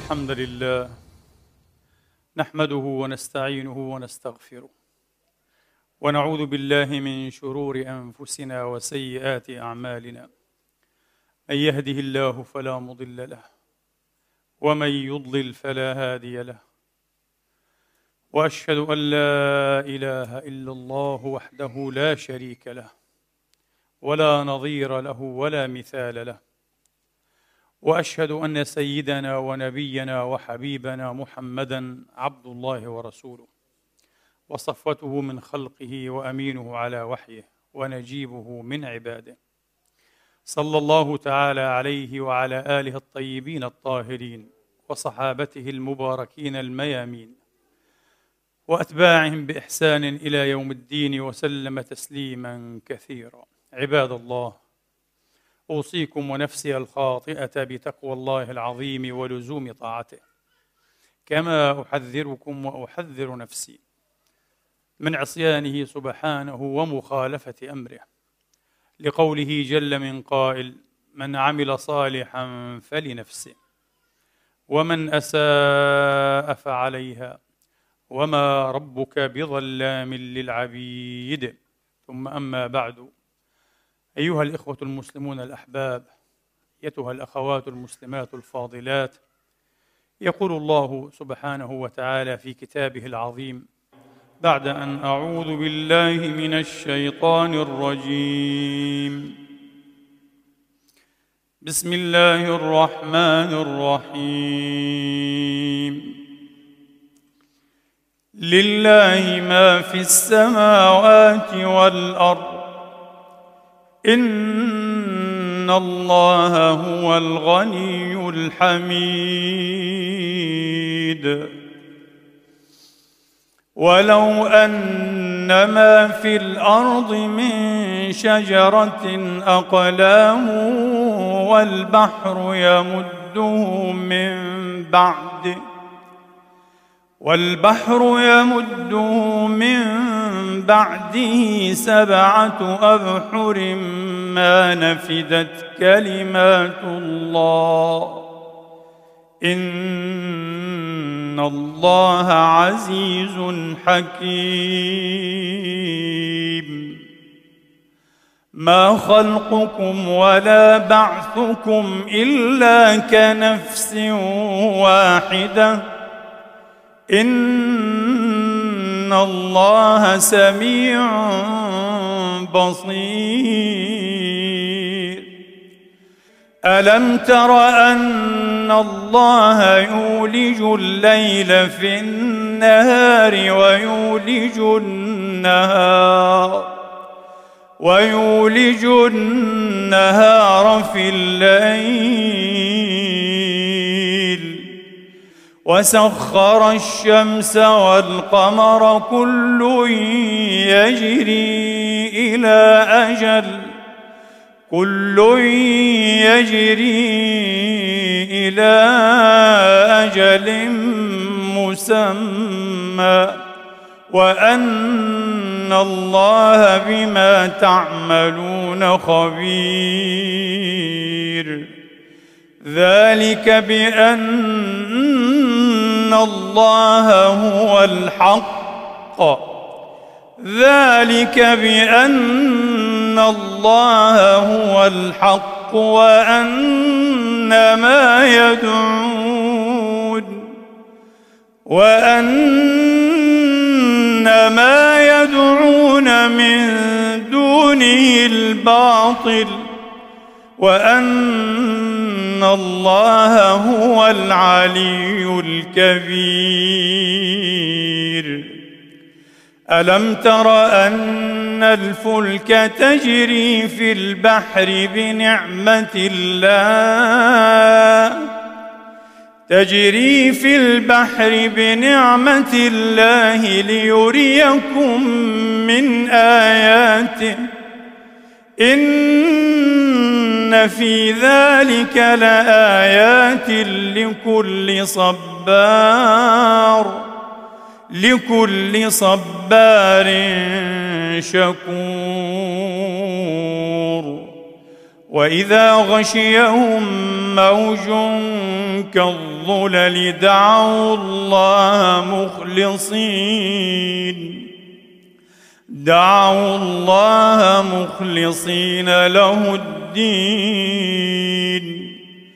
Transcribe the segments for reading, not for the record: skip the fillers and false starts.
الحمد لله نحمده ونستعينه ونستغفره ونعوذ بالله من شرور أنفسنا وسيئات أعمالنا. من يهده الله فلا مضل له ومن يضلل فلا هادي له، وأشهد أن لا إله إلا الله وحده لا شريك له ولا نظير له ولا مثال له، وأشهد أن سيدنا ونبينا وحبيبنا محمدًا عبد الله ورسوله، وصفوته من خلقه وأمينه على وحيه ونجيبه من عباده، صلى الله تعالى عليه وعلى آله الطيبين الطاهرين وصحابته المباركين الميامين وأتباعهم بإحسان إلى يوم الدين وسلم تسليمًا كثيرا. عباد الله، أوصيكم ونفسي الخاطئة بتقوى الله العظيم ولزوم طاعته، كما أحذركم وأحذر نفسي من عصيانه سبحانه ومخالفة أمره، لقوله جل من قائل: من عمل صالحا فلنفسه ومن أساء فعليها وما ربك بظلام للعبيد. ثم أما بعد، أيها الإخوة المسلمون الأحباب، أيتها الأخوات المسلمات الفاضلات، يقول الله سبحانه وتعالى في كتابه العظيم بعد أن أعوذ بالله من الشيطان الرجيم: بسم الله الرحمن الرحيم: لله ما في السماوات والأرض إن الله هو الغني الحميد. ولو أن ما في الأرض من شجرة أقلام والبحر يمده من بعده 7 أبحر ما نفدت كلمات الله إن الله عزيز حكيم. ما خلقكم ولا بعثكم إلا كنفس واحدة إن الله سميع بصير. ألم تر أن الله يولج الليل في النهار ويولج النهار في الليل، وسخر الشمس والقمر كل يجري إلى أجل مسمى وأن الله بما تعملون خبير. ذلك بأن الله هو الحق وأن ما يدعون من دونه الباطل وأن الله هو العلي الكبير. ألم تر أن الفلك تجري في البحر بنعمة الله ليريكم من آياته إن في ذلك لآيات لكل صبار شكور. وإذا غشيهم موج كالظلل دعوا الله مخلصين له الدين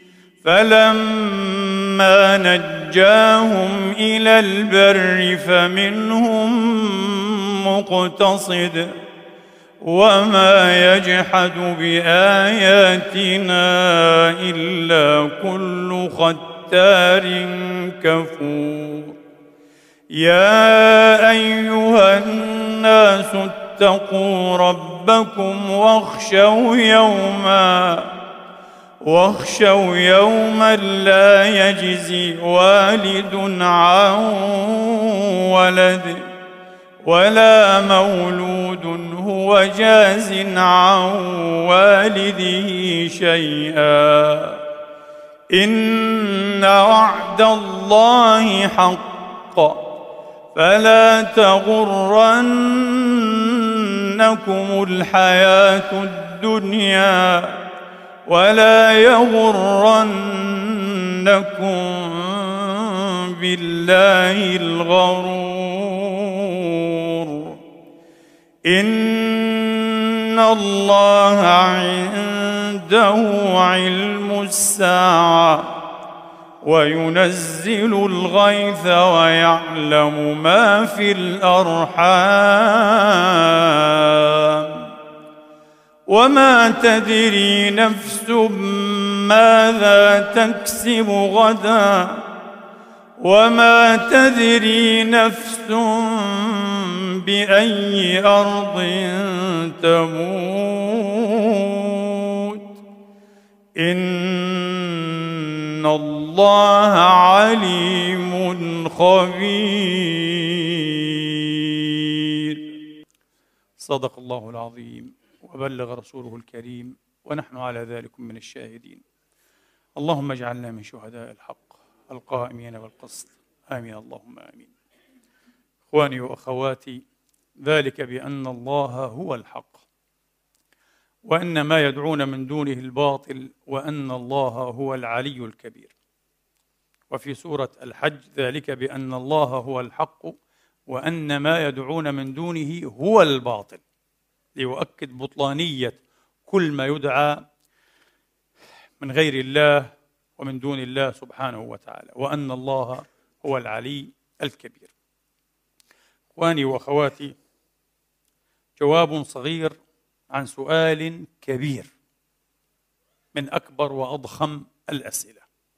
فلما نجاهم إلى البر فمنهم مقتصد وما يجحد بآياتنا إلا كل ختار كفور. يا أيها الناس اتقوا ربكم واخشوا يوما لا يجزي والد عن ولده ولا مولود هو جاز عن والده شيئا إن وعد الله حق فلا تغرنكم الحياة الدنيا ولا يغرنكم بالله الغرور. إن الله عنده علم الساعة وينزل الغيث ويعلم ما في الأرحام وما تدري نفس ماذا تكسب غدا وما تدري نفس بأي أرض تموت إن الله عليم خبير. صدق الله العظيم وبلغ رسوله الكريم ونحن على ذلك من الشاهدين. اللهم اجعلنا من شهداء الحق القائمين بالقسط، آمين اللهم آمين. إخواني وأخواتي، ذلك بأن الله هو الحق وأن ما يدعون من دونه الباطل وأن الله هو العلي الكبير. وفي سورة الحج ذلك بأن الله هو الحق وأن ما يدعون من دونه هو الباطل، ليؤكد بطلانية كل ما يدعى من غير الله ومن دون الله سبحانه وتعالى، وأن الله هو العلي الكبير. إخواني وأخواتي، جواب صغير عن سؤال كبير من أكبر وأضخم الأسئلة: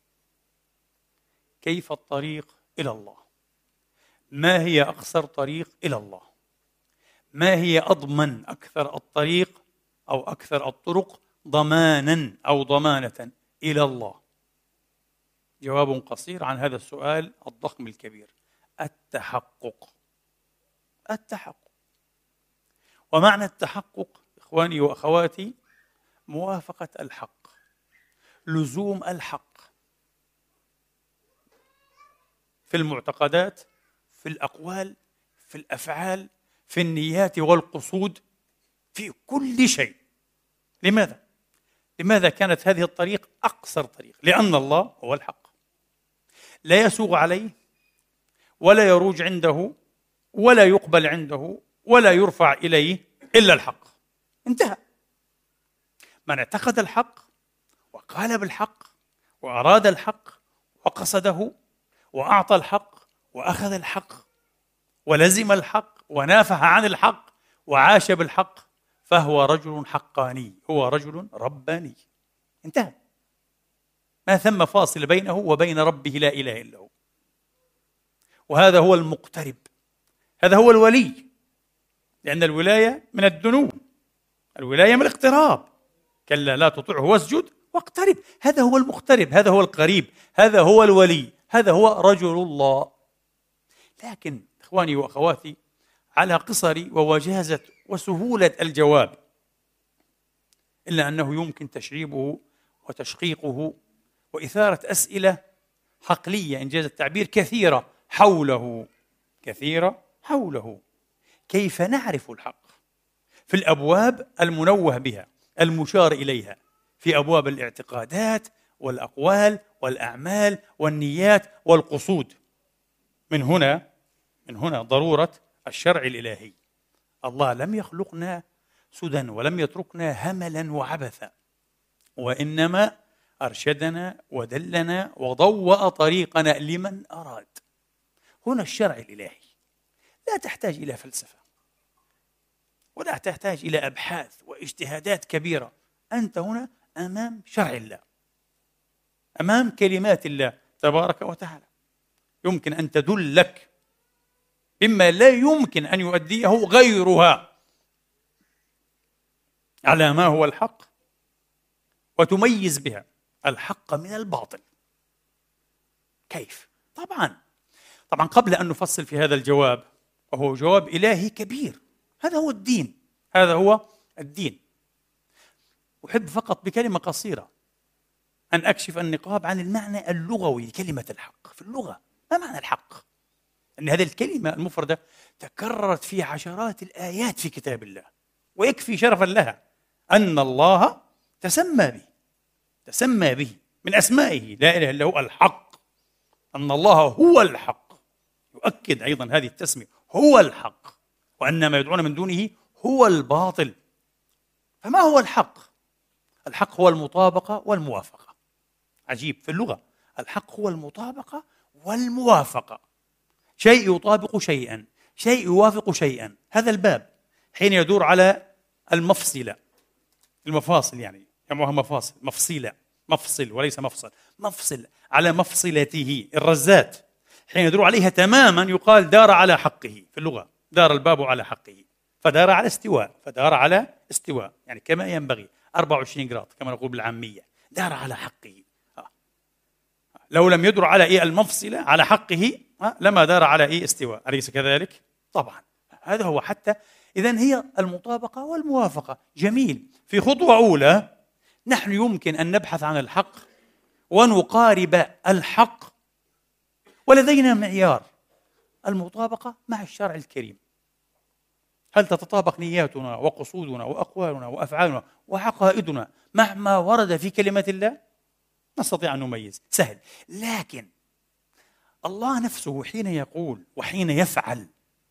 كيف الطريق إلى الله؟ ما هي أقصر طريق إلى الله؟ ما هي أضمن أكثر الطريق أو أكثر الطرق ضمانا أو ضمانة إلى الله؟ جواب قصير عن هذا السؤال الضخم الكبير: التحقق. ومعنى التحقق إخواني وأخواتي موافقة الحق، لزوم الحق في المعتقدات، في الأقوال، في الأفعال، في النيات والقصود، في كل شيء. لماذا كانت هذه الطريق أقصر طريق؟ لأن الله هو الحق، لا يسوغ عليه ولا يروج عنده ولا يقبل عنده ولا يرفع إليه إلا الحق. انتهى. من اعتقد الحق وقال بالحق وأراد الحق وقصده وأعطى الحق وأخذ الحق ولزم الحق ونافح عن الحق وعاش بالحق فهو رجل حقاني، هو رجل رباني. انتهى. ما ثم فاصل بينه وبين ربه لا إله إلا هو. وهذا هو المقترب، هذا هو الولي، لأن الولاية من الدنو، الولاية من الاقتراب. كلا لا تطعه واسجد واقترب. هذا هو المقترب، هذا هو القريب، هذا هو الولي، هذا هو رجل الله. لكن إخواني وأخواتي، على قصر ووجازة وسهولة الجواب، إلا أنه يمكن تشعيبه وتشقيقه وإثارة أسئلة حقلية إنجاز التعبير كثيرة حوله. كيف نعرف الحق؟ في الأبواب المنوه بها المشار إليها، في أبواب الاعتقادات والأقوال والأعمال والنيات والقصود. من هنا ضرورة الشرع الإلهي. الله لم يخلقنا سدى ولم يتركنا هملا وعبثا، وإنما أرشدنا ودلنا وضوأ طريقنا لمن أراد. هنا الشرع الإلهي، لا تحتاج إلى فلسفة ولا تحتاج إلى أبحاث واجتهادات كبيرة. أنت هنا أمام شرع الله، أمام كلمات الله تبارك وتعالى، يمكن أن تدلك بما لا يمكن أن يؤديه غيرها على ما هو الحق، وتميز بها الحق من الباطل. كيف؟ طبعا قبل أن نفصل في هذا الجواب، وهو جواب إلهي كبير، هذا هو الدين. أحب فقط بكلمة قصيرة أن أكشف النقاب عن المعنى اللغوي لكلمة الحق. في اللغة ما معنى الحق؟ أن هذه الكلمة المفردة تكررت في عشرات الآيات في كتاب الله، ويكفي شرفا لها أن الله تسمى به من أسمائه، لا إله إلا هو الحق، أن الله هو الحق، يؤكد أيضا هذه التسمية هو الحق، وأن ما يدعون من دونه هو الباطل. فما هو الحق؟ الحق هو المطابقة والموافقة. عجيب، في اللغة الحق هو المطابقة والموافقة، شيء يطابق شيئا، شيء يوافق شيئا. هذا الباب حين يدور على المفاصل، يعني يسموها مفاصل، مفصل وليس مفصل على مفصلته، الرزات حين يدور عليها تماما يقال دار على حقه. في اللغة دار الباب على حقه، فدار على استواء، يعني كما ينبغي 24 جراد كما نقول بالعامية، دار على حقه. لو لم يدر على المفصلة على حقه لما دار على استواء، أليس كذلك؟ طبعا هذا هو. حتى إذن هي المطابقة والموافقة. جميل. في خطوة أولى نحن يمكن أن نبحث عن الحق ونقارب الحق، ولدينا معيار المطابقة مع الشرع الكريم. هل تتطابق نياتنا وقصودنا وأقوالنا وأفعالنا وعقائدنا مع ما ورد في كلمة الله؟ نستطيع أن نميز، سهل. لكن الله نفسه حين يقول وحين يفعل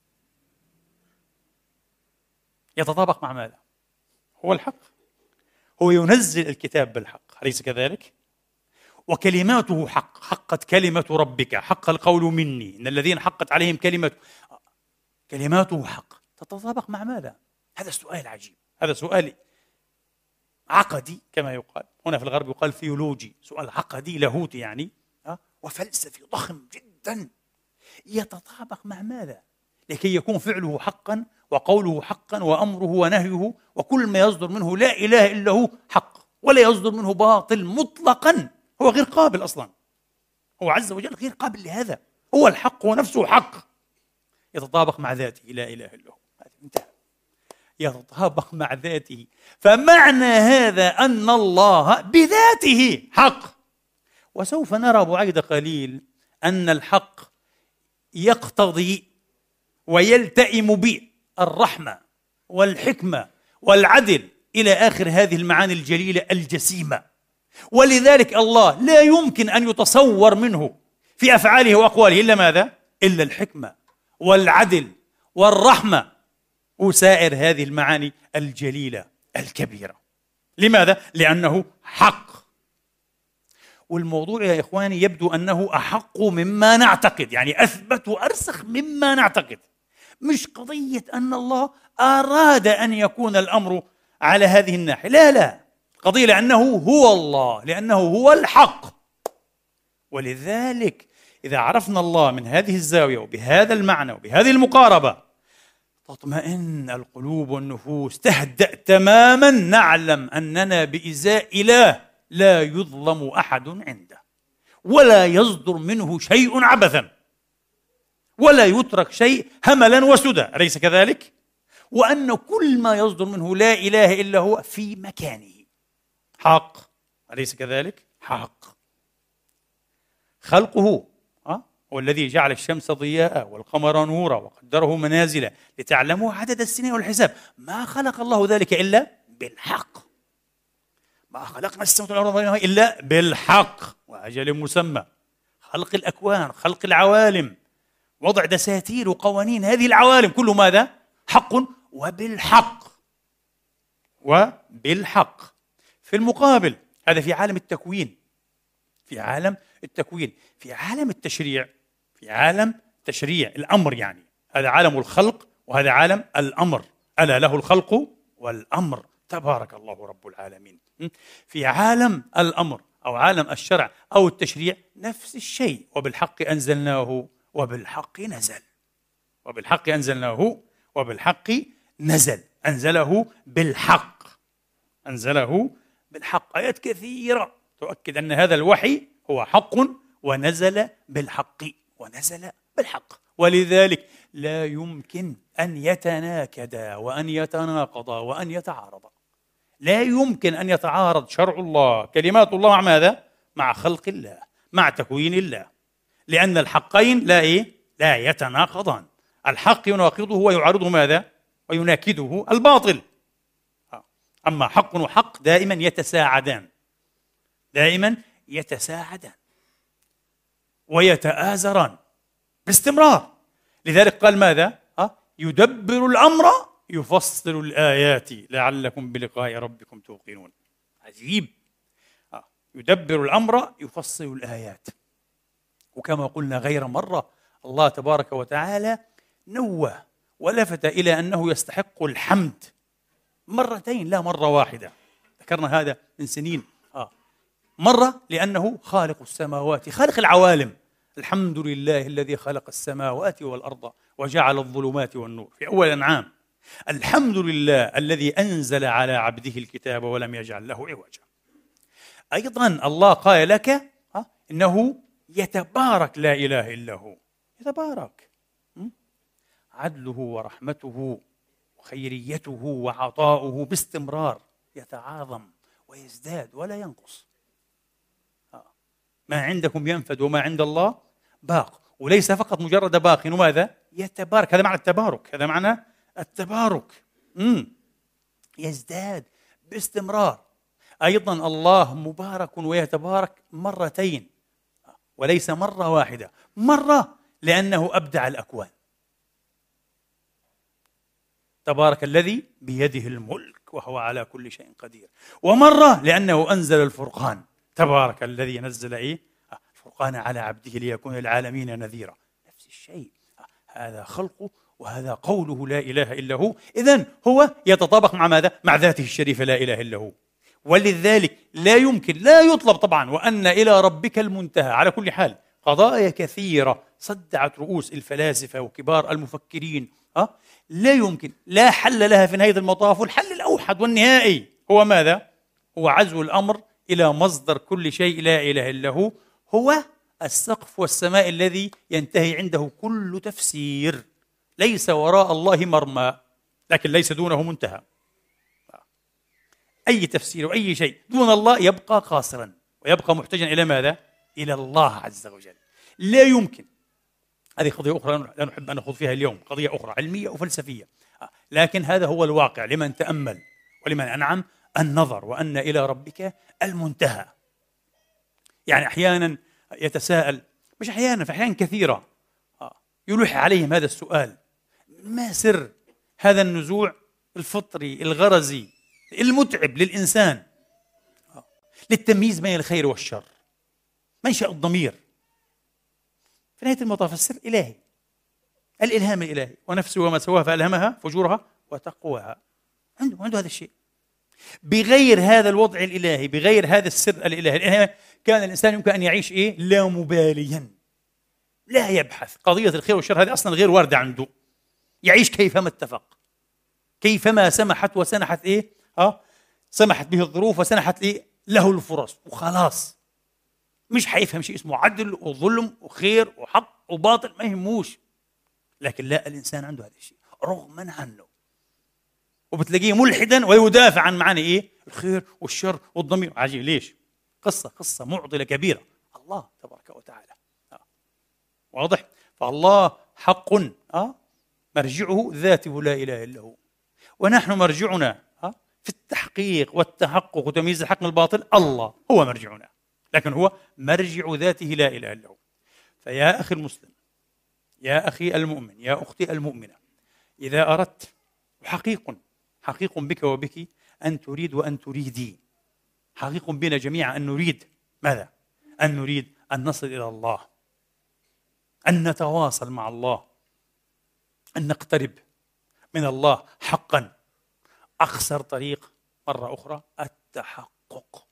يتطابق مع ماذا؟ هو الحق. هو ينزل الكتاب بالحق، أليس كذلك؟ وكلماته حق، حقت كلمة ربك، حق القول مني إن الذين حقت عليهم كلماته حق. تتطابق مع ماذا؟ هذا السؤال عجيب، هذا سؤال عقدي كما يقال، هنا في الغرب يقال ثيولوجي، سؤال عقدي لاهوتي يعني وفلسفي ضخم جدا. يتطابق مع ماذا؟ لكي يكون فعله حقا وقوله حقا وأمره ونهيه وكل ما يصدر منه لا إله إلا هو حق، ولا يصدر منه باطل مطلقا. هو غير قابل أصلا، هو عز وجل غير قابل لهذا، هو الحق ونفسه حق. يتطابق مع ذاته، لا إله إلا هو، انتهى. يتطابق مع ذاته، فمعنى هذا أن الله بذاته حق. وسوف نرى بعيد قليل أن الحق يقتضي ويلتئم بالرحمة والحكمة والعدل إلى آخر هذه المعاني الجليلة الجسيمة. ولذلك الله لا يمكن أن يتصور منه في أفعاله وأقواله إلا ماذا؟ إلا الحكمة والعدل والرحمة وسائر هذه المعاني الجليلة الكبيرة. لماذا؟ لأنه حق. والموضوع يا إخواني يبدو أنه أحق مما نعتقد، يعني أثبت وأرسخ مما نعتقد. مش قضية أن الله أراد أن يكون الأمر على هذه الناحية، لا، قضية لأنه هو الله، لأنه هو الحق. ولذلك إذا عرفنا الله من هذه الزاوية وبهذا المعنى وبهذه المقاربة تطمئن القلوب والنفوس، تهدأ تماما. نعلم أننا بإزاء إله لا يظلم أحد عنده، ولا يصدر منه شيء عبثا، ولا يترك شيء هملا وسدى، أليس كذلك؟ وأن كل ما يصدر منه لا إله إلا هو في مكانه حق، أليس كذلك؟ حق. خلقه هو الذي جعل الشمس ضياء والقمر نورا وقدره منازل لتعلموا عدد السنين والحساب. ما خلق الله ذلك إلا بالحق. ما خلقنا السماوات والأرض إلا بالحق وأجل مسمى. خلق الأكوان، خلق العوالم، وضع دساتير وقوانين هذه العوالم كله ماذا؟ حق وبالحق. وبالحق. في المقابل هذا في عالم التكوين، في عالم التكوين. في عالم التشريع، في عالم تشريع الأمر، يعني هذا عالم الخلق وهذا عالم الأمر. ألا له الخلق والأمر، تبارك الله رب العالمين. في عالم الأمر أو عالم الشرع أو التشريع نفس الشيء. وبالحق أنزلناه وبالحق نزل. وبالحق أنزلناه وبالحق نزل. أنزله بالحق. أنزله بالحق. آيات كثيرة تؤكد أن هذا الوحي هو حق ونزل بالحق. ونزل بالحق. ولذلك لا يمكن أن يتناكدا وأن يتناقضا وأن يتعارضا. لا يمكن أن يتعارض شرع الله، كلمات الله، مع ماذا؟ مع خلق الله، مع تكوين الله. لأن الحقين لا يتناقضان. الحق يناقضه ويعارضه ماذا؟ ويناكده الباطل. أما حق وحق دائما يتساعدان، دائما يتساعدان ويتآزران باستمرار. لذلك قال ماذا؟ يدبر الأمر يفصل الآيات لعلكم بلقاء ربكم توقنون. عجيب. يدبر الأمر يفصل الآيات. وكما قلنا غير مرة، الله تبارك وتعالى نوه ولفت إلى أنه يستحق الحمد مرتين لا مرة واحدة. ذكرنا هذا من سنين. مرة لأنه خالق السماوات، خالق العوالم. الحمد لله الذي خلق السماوات والأرض وجعل الظلمات والنور في أول الأنعام. الحمد لله الذي أنزل على عبده الكتاب ولم يجعل له عوجا. أيضا الله قال لك إنه يتبارك، لا إله إلا هو يتبارك. عدله ورحمته وخيريته وعطاؤه باستمرار يتعاظم ويزداد ولا ينقص. ما عندكم ينفد وما عند الله باق. وليس فقط مجرد باق، وماذا؟ يتبارك. هذا معنى التبارك، هذا معنى التبارك. يزداد باستمرار. أيضا الله مبارك ويتبارك مرتين وليس مرة واحدة. مرة لأنه أبدع الأكوان، تبارك الذي بيده الملك وهو على كل شيء قدير. ومرة لأنه أنزل الفرقان، تبارك الذي نزل الفرقان على عبده ليكون للعالمين نذيرا. نفس الشيء، هذا خلقه وهذا قوله لا إله إلا هو. إذن هو يتطابق مع ماذا؟ مع ذاته الشريفة لا إله إلا هو. ولذلك لا يمكن، لا يطلب طبعا، وأن إلى ربك المنتهى. على كل حال قضايا كثيرة صدعت رؤوس الفلاسفة وكبار المفكرين، لا يمكن، لا حل لها في نهاية المطاف. والحل الأوحد والنهائي هو ماذا؟ هو عزو الأمر إلى مصدر كل شيء لا إله إلا هو. هو السقف والسماء الذي ينتهي عنده كل تفسير. ليس وراء الله مرمى، لكن ليس دونه منتهى. أي تفسير وأي شيء دون الله يبقى قاصرا ويبقى محتاجا إلى ماذا؟ إلى الله عز وجل. لا يمكن. هذه قضية أخرى لا نحب أن نخوض فيها اليوم، قضية أخرى علمية وفلسفية، لكن هذا هو الواقع لمن تأمل ولمن أنعم النظر، وأن إلى ربك المنتهى. يعني أحيانا يتساءل، مش أحيانا، في أحيان كثيرة يلوح عليهم هذا السؤال: ما سر هذا النزوع الفطري الغرزي المتعب للإنسان للتمييز بين الخير والشر؟ منشأ الضمير. في نهاية المطاف السر إلهي، الإلهام الإلهي. ونفسه وما سواها فألهمها فجورها وتقواها. عنده هذا الشيء. بغير هذا الوضع الإلهي، بغير هذا السر الإلهي، كان الإنسان يمكن أن يعيش لا مباليا، لا يبحث. قضية الخير والشر هذه أصلا غير واردة عنده. يعيش كيفما اتفق، كيفما سمحت وسنحت سمحت به الظروف وسنحت له الفرص، وخلاص. مش حيفهم شيء اسمه عدل وظلم وخير وحق وباطل، ما يهموش. لكن لا، الإنسان عنده هذا الشيء رغما عنه، وبتلاقيه ملحدا ويدافع عن معاني الخير والشر والضمير. عجيب ليش؟ قصة معضلة كبيرة. الله تبارك وتعالى واضح. فالله حق مرجعه ذاته لا إله إلا هو، ونحن مرجعنا في التحقيق والتحقق وتمييز الحق من الباطل الله هو مرجعنا، لكن هو مرجع ذاته لا إله إلا هو. فيا أخي المسلم، يا أخي المؤمن، يا أختي المؤمنة، إذا أردت، حقيق بك وبك أن تريد وأن تريدي، حقيق بنا جميعا أن نريد ماذا؟ أن نريد أن نصل إلى الله، أن نتواصل مع الله، أن نقترب من الله حقا. أقصر طريق مرة أخرى التحقق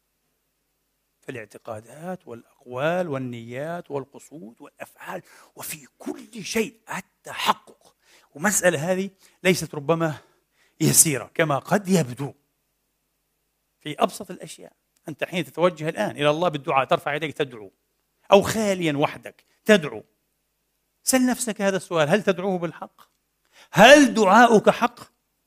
في الاعتقادات والأقوال والنيات والقصود والأفعال وفي كل شيء التحقق. ومسألة هذه ليست ربما يسيرة كما قد يبدو في أبسط الأشياء. أنت حين تتوجه الآن إلى الله بالدعاء ترفع يديك تدعو، أو خاليا وحدك تدعو، سل نفسك هذا السؤال: هل تدعوه بالحق؟ هل دعاؤك حق؟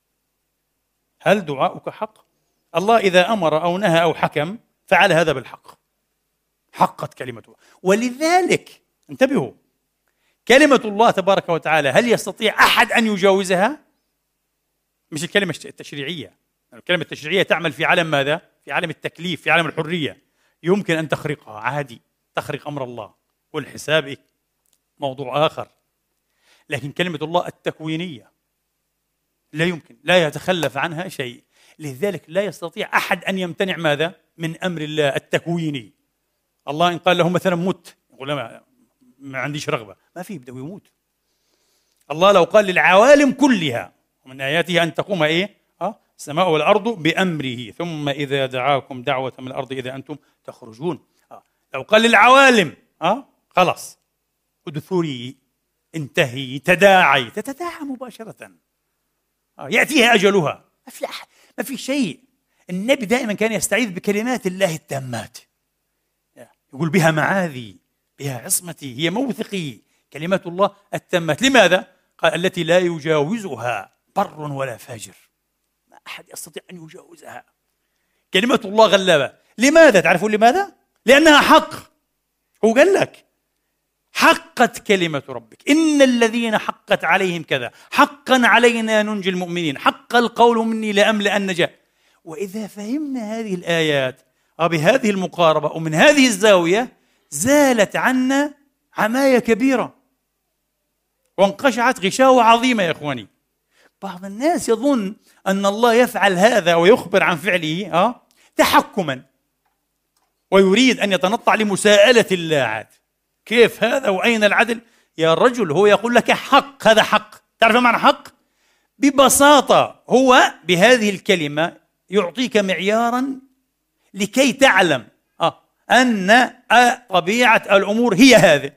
هل دعاؤك حق؟ الله إذا أمر أو نهى أو حكم فعل هذا بالحق، حقت كلمته. ولذلك انتبهوا، كلمة الله تبارك وتعالى هل يستطيع أحد أن يجاوزها؟ مش الكلمة التشريعية. الكلمة التشريعية تعمل في عالم ماذا؟ في عالم التكليف، في عالم الحرية، يمكن أن تخرقها عادي، تخرق أمر الله والحساب موضوع آخر. لكن كلمة الله التكوينية لا يمكن، لا يتخلف عنها شيء. لذلك لا يستطيع أحد أن يمتنع ماذا؟ من أمر الله التكويني. الله إن قال له مثلا مت، يقول ما عنديش رغبة، ما فيه، بده يموت. الله لو قال للعوالم كلها ومن آياته أن تقوم السماء والأرض بأمره ثم إذا دعاكم دعوة من الأرض إذا أنتم تخرجون، لو قال للعوالم خلاص ادثري، انتهي، تتداعى مباشرة، يأتيها أجلها، ما في شيء. النبي دائما كان يستعيذ بكلمات الله التامات، يقول بها معاذي، بها عصمتي، هي موثقي، كلمات الله التامات. لماذا؟ قال التي لا يجاوزها بر ولا فاجر، ما أحد يستطيع أن يجاوزها. كلمة الله غلابة. لماذا؟ تعرفون لماذا؟ لأنها حق. هو قال لك حقت كلمة ربك، إن الذين حقت عليهم كذا، حقا علينا ننجي المؤمنين، حق القول مني لأملأن جاء. وإذا فهمنا هذه الآيات بهذه المقاربة ومن هذه الزاوية زالت عنا عماية كبيرة وانقشعت غشاوة عظيمة. يا إخواني، بعض الناس يظن أن الله يفعل هذا ويخبر عن فعله تحكما، ويريد أن يتنطع لمساءلة الله. عاد كيف هذا وأين العدل؟ يا رجل، هو يقول لك حق، هذا حق. تعرف معنى حق؟ ببساطة هو بهذه الكلمة يعطيك معيارا لكي تعلم أن طبيعة الأمور هي هذه.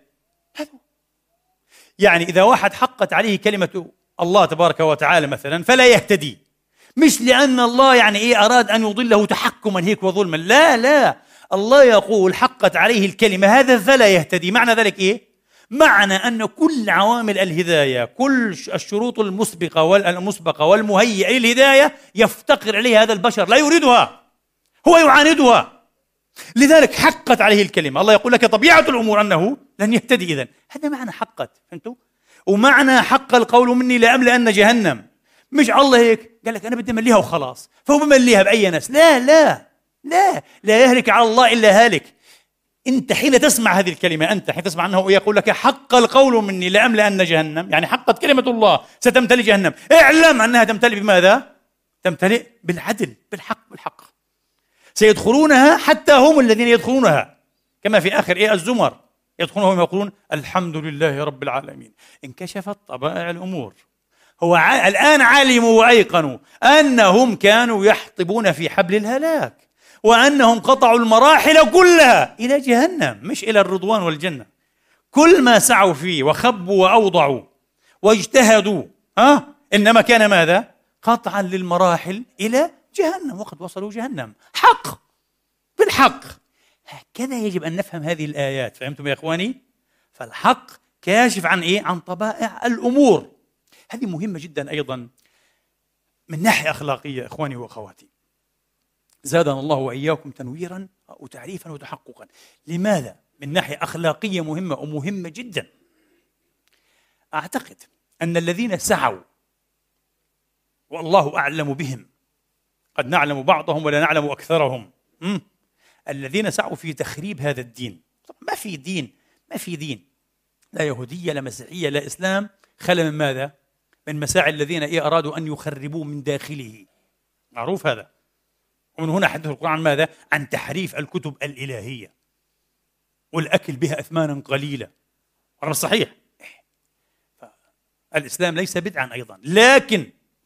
يعني إذا واحد حقت عليه كلمة الله تبارك وتعالى مثلا فلا يهتدي، مش لأن الله يعني أراد أن يضله تحكما هيك وظلما، لا، الله يقول حقت عليه الكلمة هذا فلا يهتدي. معنى ذلك معنى أن كل عوامل الهداية، كل الشروط المسبقة والمهيئة للهداية يفتقر إليها هذا البشر، لا يريدها، هو يعاندها. لذلك حقت عليه الكلمة. الله يقول لك طبيعة الأمور أنه لن يهتدي. إذن هذا معنى حقت، فهمتوا؟ ومعنى حق القول مني لأملأن جهنم، مش الله هيك قال لك أنا بدي أمليها وخلاص فهو بمليها بأي ناس. لا يهلك على الله إلا هالك. أنت حين تسمع هذه الكلمة، أنت حين تسمع أنه يقول لك حق القول مني لأملأن جهنم، يعني حقت كلمة الله ستمتلئ جهنم، اعلم أنها تمتلئ بماذا؟ تمتلئ بالعدل، بالحق. سيدخلونها حتى هم الذين يدخلونها، كما في آخر الزمر يدخلونها وهم يقولون الحمد لله رب العالمين. انكشفت طبائع الأمور. هو الآن علموا وأيقنوا أنهم كانوا يحطبون في حبل الهلاك، وأنهم قطعوا المراحل كلها إلى جهنم مش إلى الرضوان والجنة. كل ما سعوا فيه وخبوا وأوضعوا واجتهدوا إنما كان ماذا؟ قطعا للمراحل إلى جهنم، وقد وصلوا جهنم. حق بالحق. هكذا يجب أن نفهم هذه الآيات. فهمتم يا إخواني؟ فالحق كاشف عن عن طبائع الأمور. هذه مهمة جدا أيضا من ناحية أخلاقية. إخواني وأخواتي، زادنا الله وإياكم تنويرا وتعريفا وتحققا. لماذا؟ من ناحية أخلاقية مهمة ومهمة جدا. أعتقد أن الذين سعوا والله أعلم بهم قد نعلم بعضهم ولا نعلم أكثرهم. الذين سعوا في تخريب هذا الدين. ما في دين، ما في دين، لا يهودية لا مسيحية لا إسلام خلا من ماذا؟ من مساعي الذين أرادوا أن يخربوه من داخله. معروف هذا. ومن هنا حدث القرآن ماذا؟ عن تحريف الكتب الإلهية والأكل بها أثمانا قليلة. هذا صحيح. الإسلام ليس بدعا أيضا، لكن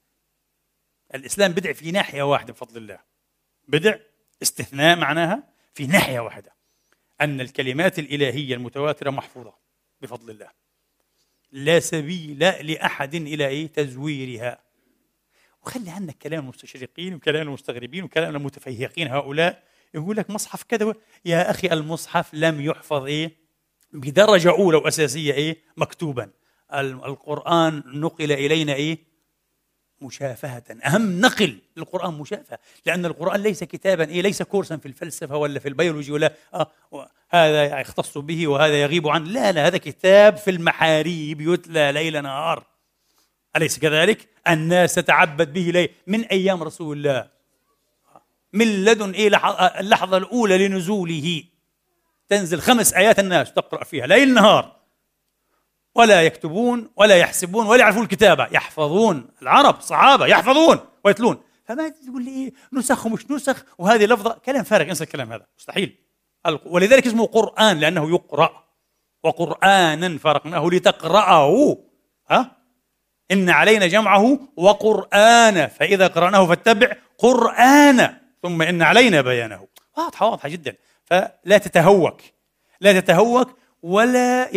الإسلام بدع في ناحية واحدة بفضل الله. بدع استثناء معناها في ناحية واحدة، أن الكلمات الإلهية المتواترة محفوظة بفضل الله، لا سبيل لأحد إلى تزويرها. وخلي عنك كلام المستشرقين وكلام المستغربين وكلام المتفيهقين، هؤلاء يقول لك مصحف كذا. يا أخي المصحف لم يحفظ بدرجة أولى وأساسية مكتوبا. القرآن نقل إلينا مشافهة. أهم نقل للقرآن مشافهة، لأن القرآن ليس كتابا ليس كورسا في الفلسفة ولا في البيولوجي ولا هذا يختص به وهذا يغيب عنه. لا، هذا كتاب في المحاريب يتلى ليل نهار، أليس كذلك؟ الناس تتعبد به من أيام رسول الله، من لدن اللحظة الأولى لنزوله تنزل 5 آيات الناس تقرأ فيها ليل نهار، ولا يكتبون ولا يحسبون ولا يعرفون الكتابة، يحفظون. العرب صحابة يحفظون ويتلون. فما تقول لي نسخ ومش نسخ وهذه لفظة، كلام فارغ، انسى الكلام هذا، مستحيل. ولذلك اسمه قرآن لأنه يقرأ، وقرآنا فرقناه لتقرأه. إن علينا جمعه وقرآنه فإذا قرأناه فاتبع قرآنه ثم إن علينا بيانه. واضحة جدا. فلا تتهوك، لا تتهوك ولا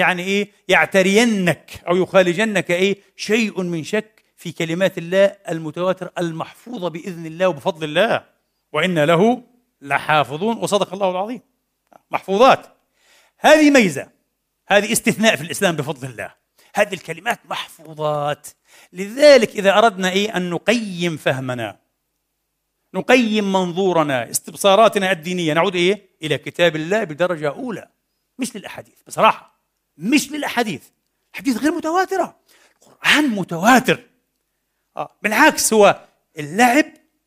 يعترينك أو يخالجنك شيء من شك في كلمات الله المتواترة المحفوظة بإذن الله وبفضل الله. وإن له لحافظون، وصدق الله العظيم. محفوظات. هذه ميزة، هذه استثناء في الإسلام بفضل الله. هذه الكلمات محفوظات. لذلك إذا أردنا أن نقيم فهمنا، نقيم منظورنا، استبصاراتنا الدينية، نعود إلى كتاب الله بدرجة أولى، مش للأحاديث. بصراحة مش للأحاديث، الحديث غير متواترة، القرآن متواتر. بالعكس، هو اللعب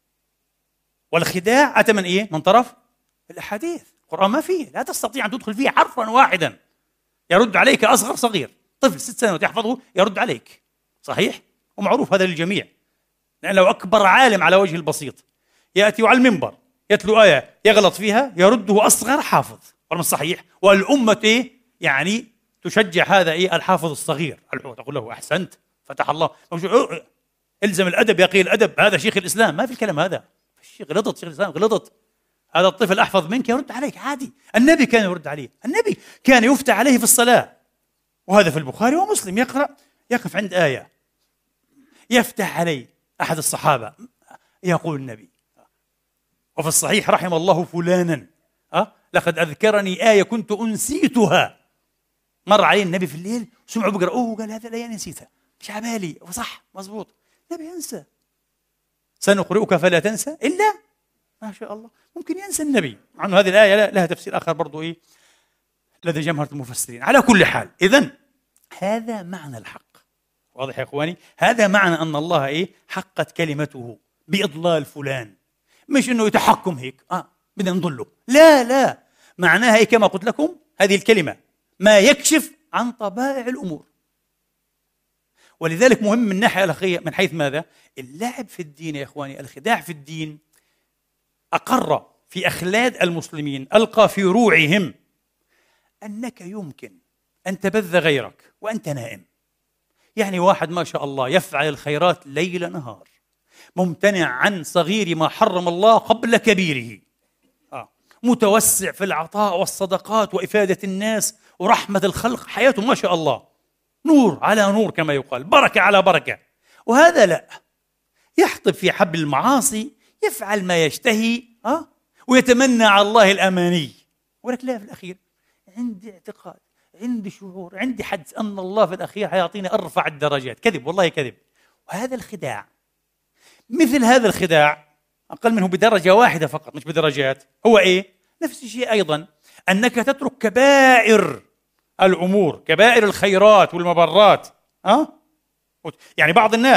والخداع أتى من من طرف الأحاديث. القرآن ما فيه، لا تستطيع أن تدخل فيه حرفا واحدا يرد عليك أصغر صغير. طفل 6 سنوات يحفظه يرد عليك، صحيح ومعروف هذا للجميع. لأن لو أكبر عالم على وجه البسيط يأتي على المنبر يتلو آية يغلط فيها يرده أصغر حافظ، والله صحيح. والأمة تشجع هذا الحافظ الصغير، تقول له أحسنت فتح الله، الزم الأدب يا أخي، الأدب هذا شيخ الإسلام. ما في الكلام هذا، الشيخ غلطت، شيخ الإسلام غلطت، هذا الطفل أحفظ منك يرد عليك عادي. النبي كان يرد عليه، النبي كان يفتح عليه في الصلاة، وهذا في البخاري ومسلم. يقف عند آية يفتح عليه أحد الصحابة، يقول النبي وفي الصحيح رحم الله فلانا لقد أذكرني آية كنت أنسيتها. مر عليه النبي في الليل سمعه بقرأ، قال هذا الآية نسيتها، مش عبالي، وصح مزبوط. النبي ينسى. سنقرئك فلا تنسى إلا ما شاء الله. ممكن ينسى النبي، مع أنه هذه الآية لها تفسير آخر برضو لدى جمهرة المفسرين. على كل حال، إذن هذا معنى الحق. واضح يا إخواني؟ هذا معنى أن الله حقت كلمته بإضلال فلان، مش أنه يتحكم هيك بدنا نضله. لا، معناها كما قلت لكم، هذه الكلمة ما يكشف عن طبائع الأمور. ولذلك مهم من ناحية الأخية، من حيث ماذا؟ اللعب في الدين يا إخواني، الخداع في الدين أقر في أخلاد المسلمين، ألقى في روعهم أنك يمكن أن تبذ غيرك وأنت نائم. واحد ما شاء الله يفعل الخيرات ليل نهار، ممتنع عن صغير ما حرم الله قبل كبيره، متوسع في العطاء والصدقات وإفادة الناس ورحمة الخلق، حياته ما شاء الله نور على نور كما يقال، بركة على بركة. وهذا لا، يحطب في حبل المعاصي، يفعل ما يشتهي ويتمنى على الله الأماني. ولكن لا، في الأخير عندي اعتقاد، عندي شعور، عندي حدس أن الله في الأخير حيعطيني أرفع الدرجات. كذب، والله كذب. وهذا الخداع، مثل هذا الخداع أقل منه بدرجة واحدة فقط، مش بدرجات. هو نفس الشيء أيضا، أنك تترك كبائر الأمور، كبائر الخيرات والمبرات. بعض الناس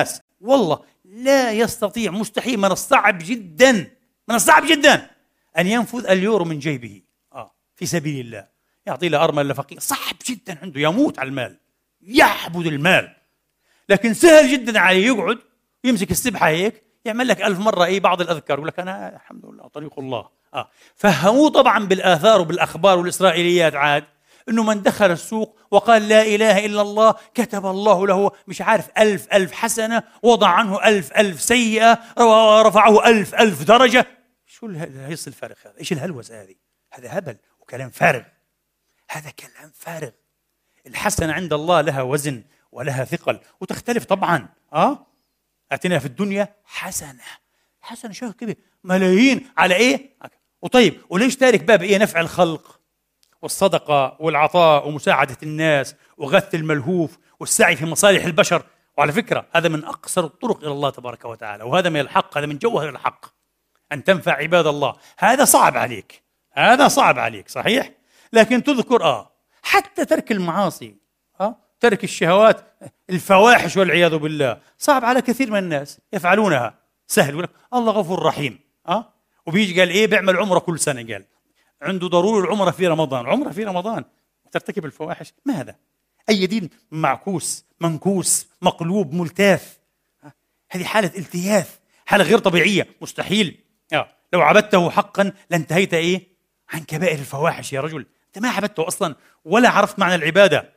والله لا يستطيع، مستحيل، من الصعب جدا أن ينفذ اليورو من جيبه في سبيل الله، يعطي له أرمل لفقير، صعب جدا عنده، يموت على المال، يعبد المال. لكن سهل جدا عليه يقعد يمسك السبحة هيك يعمل لك 1000 مرة بعض الأذكار، يقول لك أنا الحمد لله طريق الله. فهموه طبعا بالآثار وبالأخبار والإسرائيليات عاد إنه من دخل السوق وقال لا إله إلا الله كتب الله له مش عارف 1000 حسنة، وضع عنه 1000 سيئة، رفعه 1000 درجة. شو الهيص الفارغ هذا؟ إيش الهلوسة هذه؟ هذا هبل وكلام فارغ، هذا كلام فارغ. الحسنة عند الله لها وزن ولها ثقل وتختلف طبعا. أتينا في الدنيا حسنة شيء كبير، ملايين على إيه؟ وطيب وليش تارك باب إيه؟ نفع الخلق والصدقة والعطاء ومساعدة الناس وغث الملهوف والسعي في مصالح البشر. وعلى فكرة هذا من أقصر الطرق إلى الله تبارك وتعالى، وهذا من الحق، هذا من جوهر الحق، أن تنفع عباد الله. هذا صعب عليك صحيح، لكن تذكر حتى ترك المعاصي، ترك الشهوات، الفواحش والعياذ بالله، صعب على كثير من الناس يفعلونها، سهل، يقول لك الله غفور رحيم. وبيجي قال إيه؟ بيعمل عمرة كل سنة، قال عنده ضروري العمرة في رمضان، عمرة في رمضان ترتكب الفواحش؟ ما هذا؟ أي دين معكوس منكوس مقلوب ملتاف. هذه حالة التياث، حالة غير طبيعية، مستحيل. لو عبدته حقا لانتهيت إيه؟ عن كبائر الفواحش يا رجل، أنت ما عبدته أصلا ولا عرفت معنى العبادة.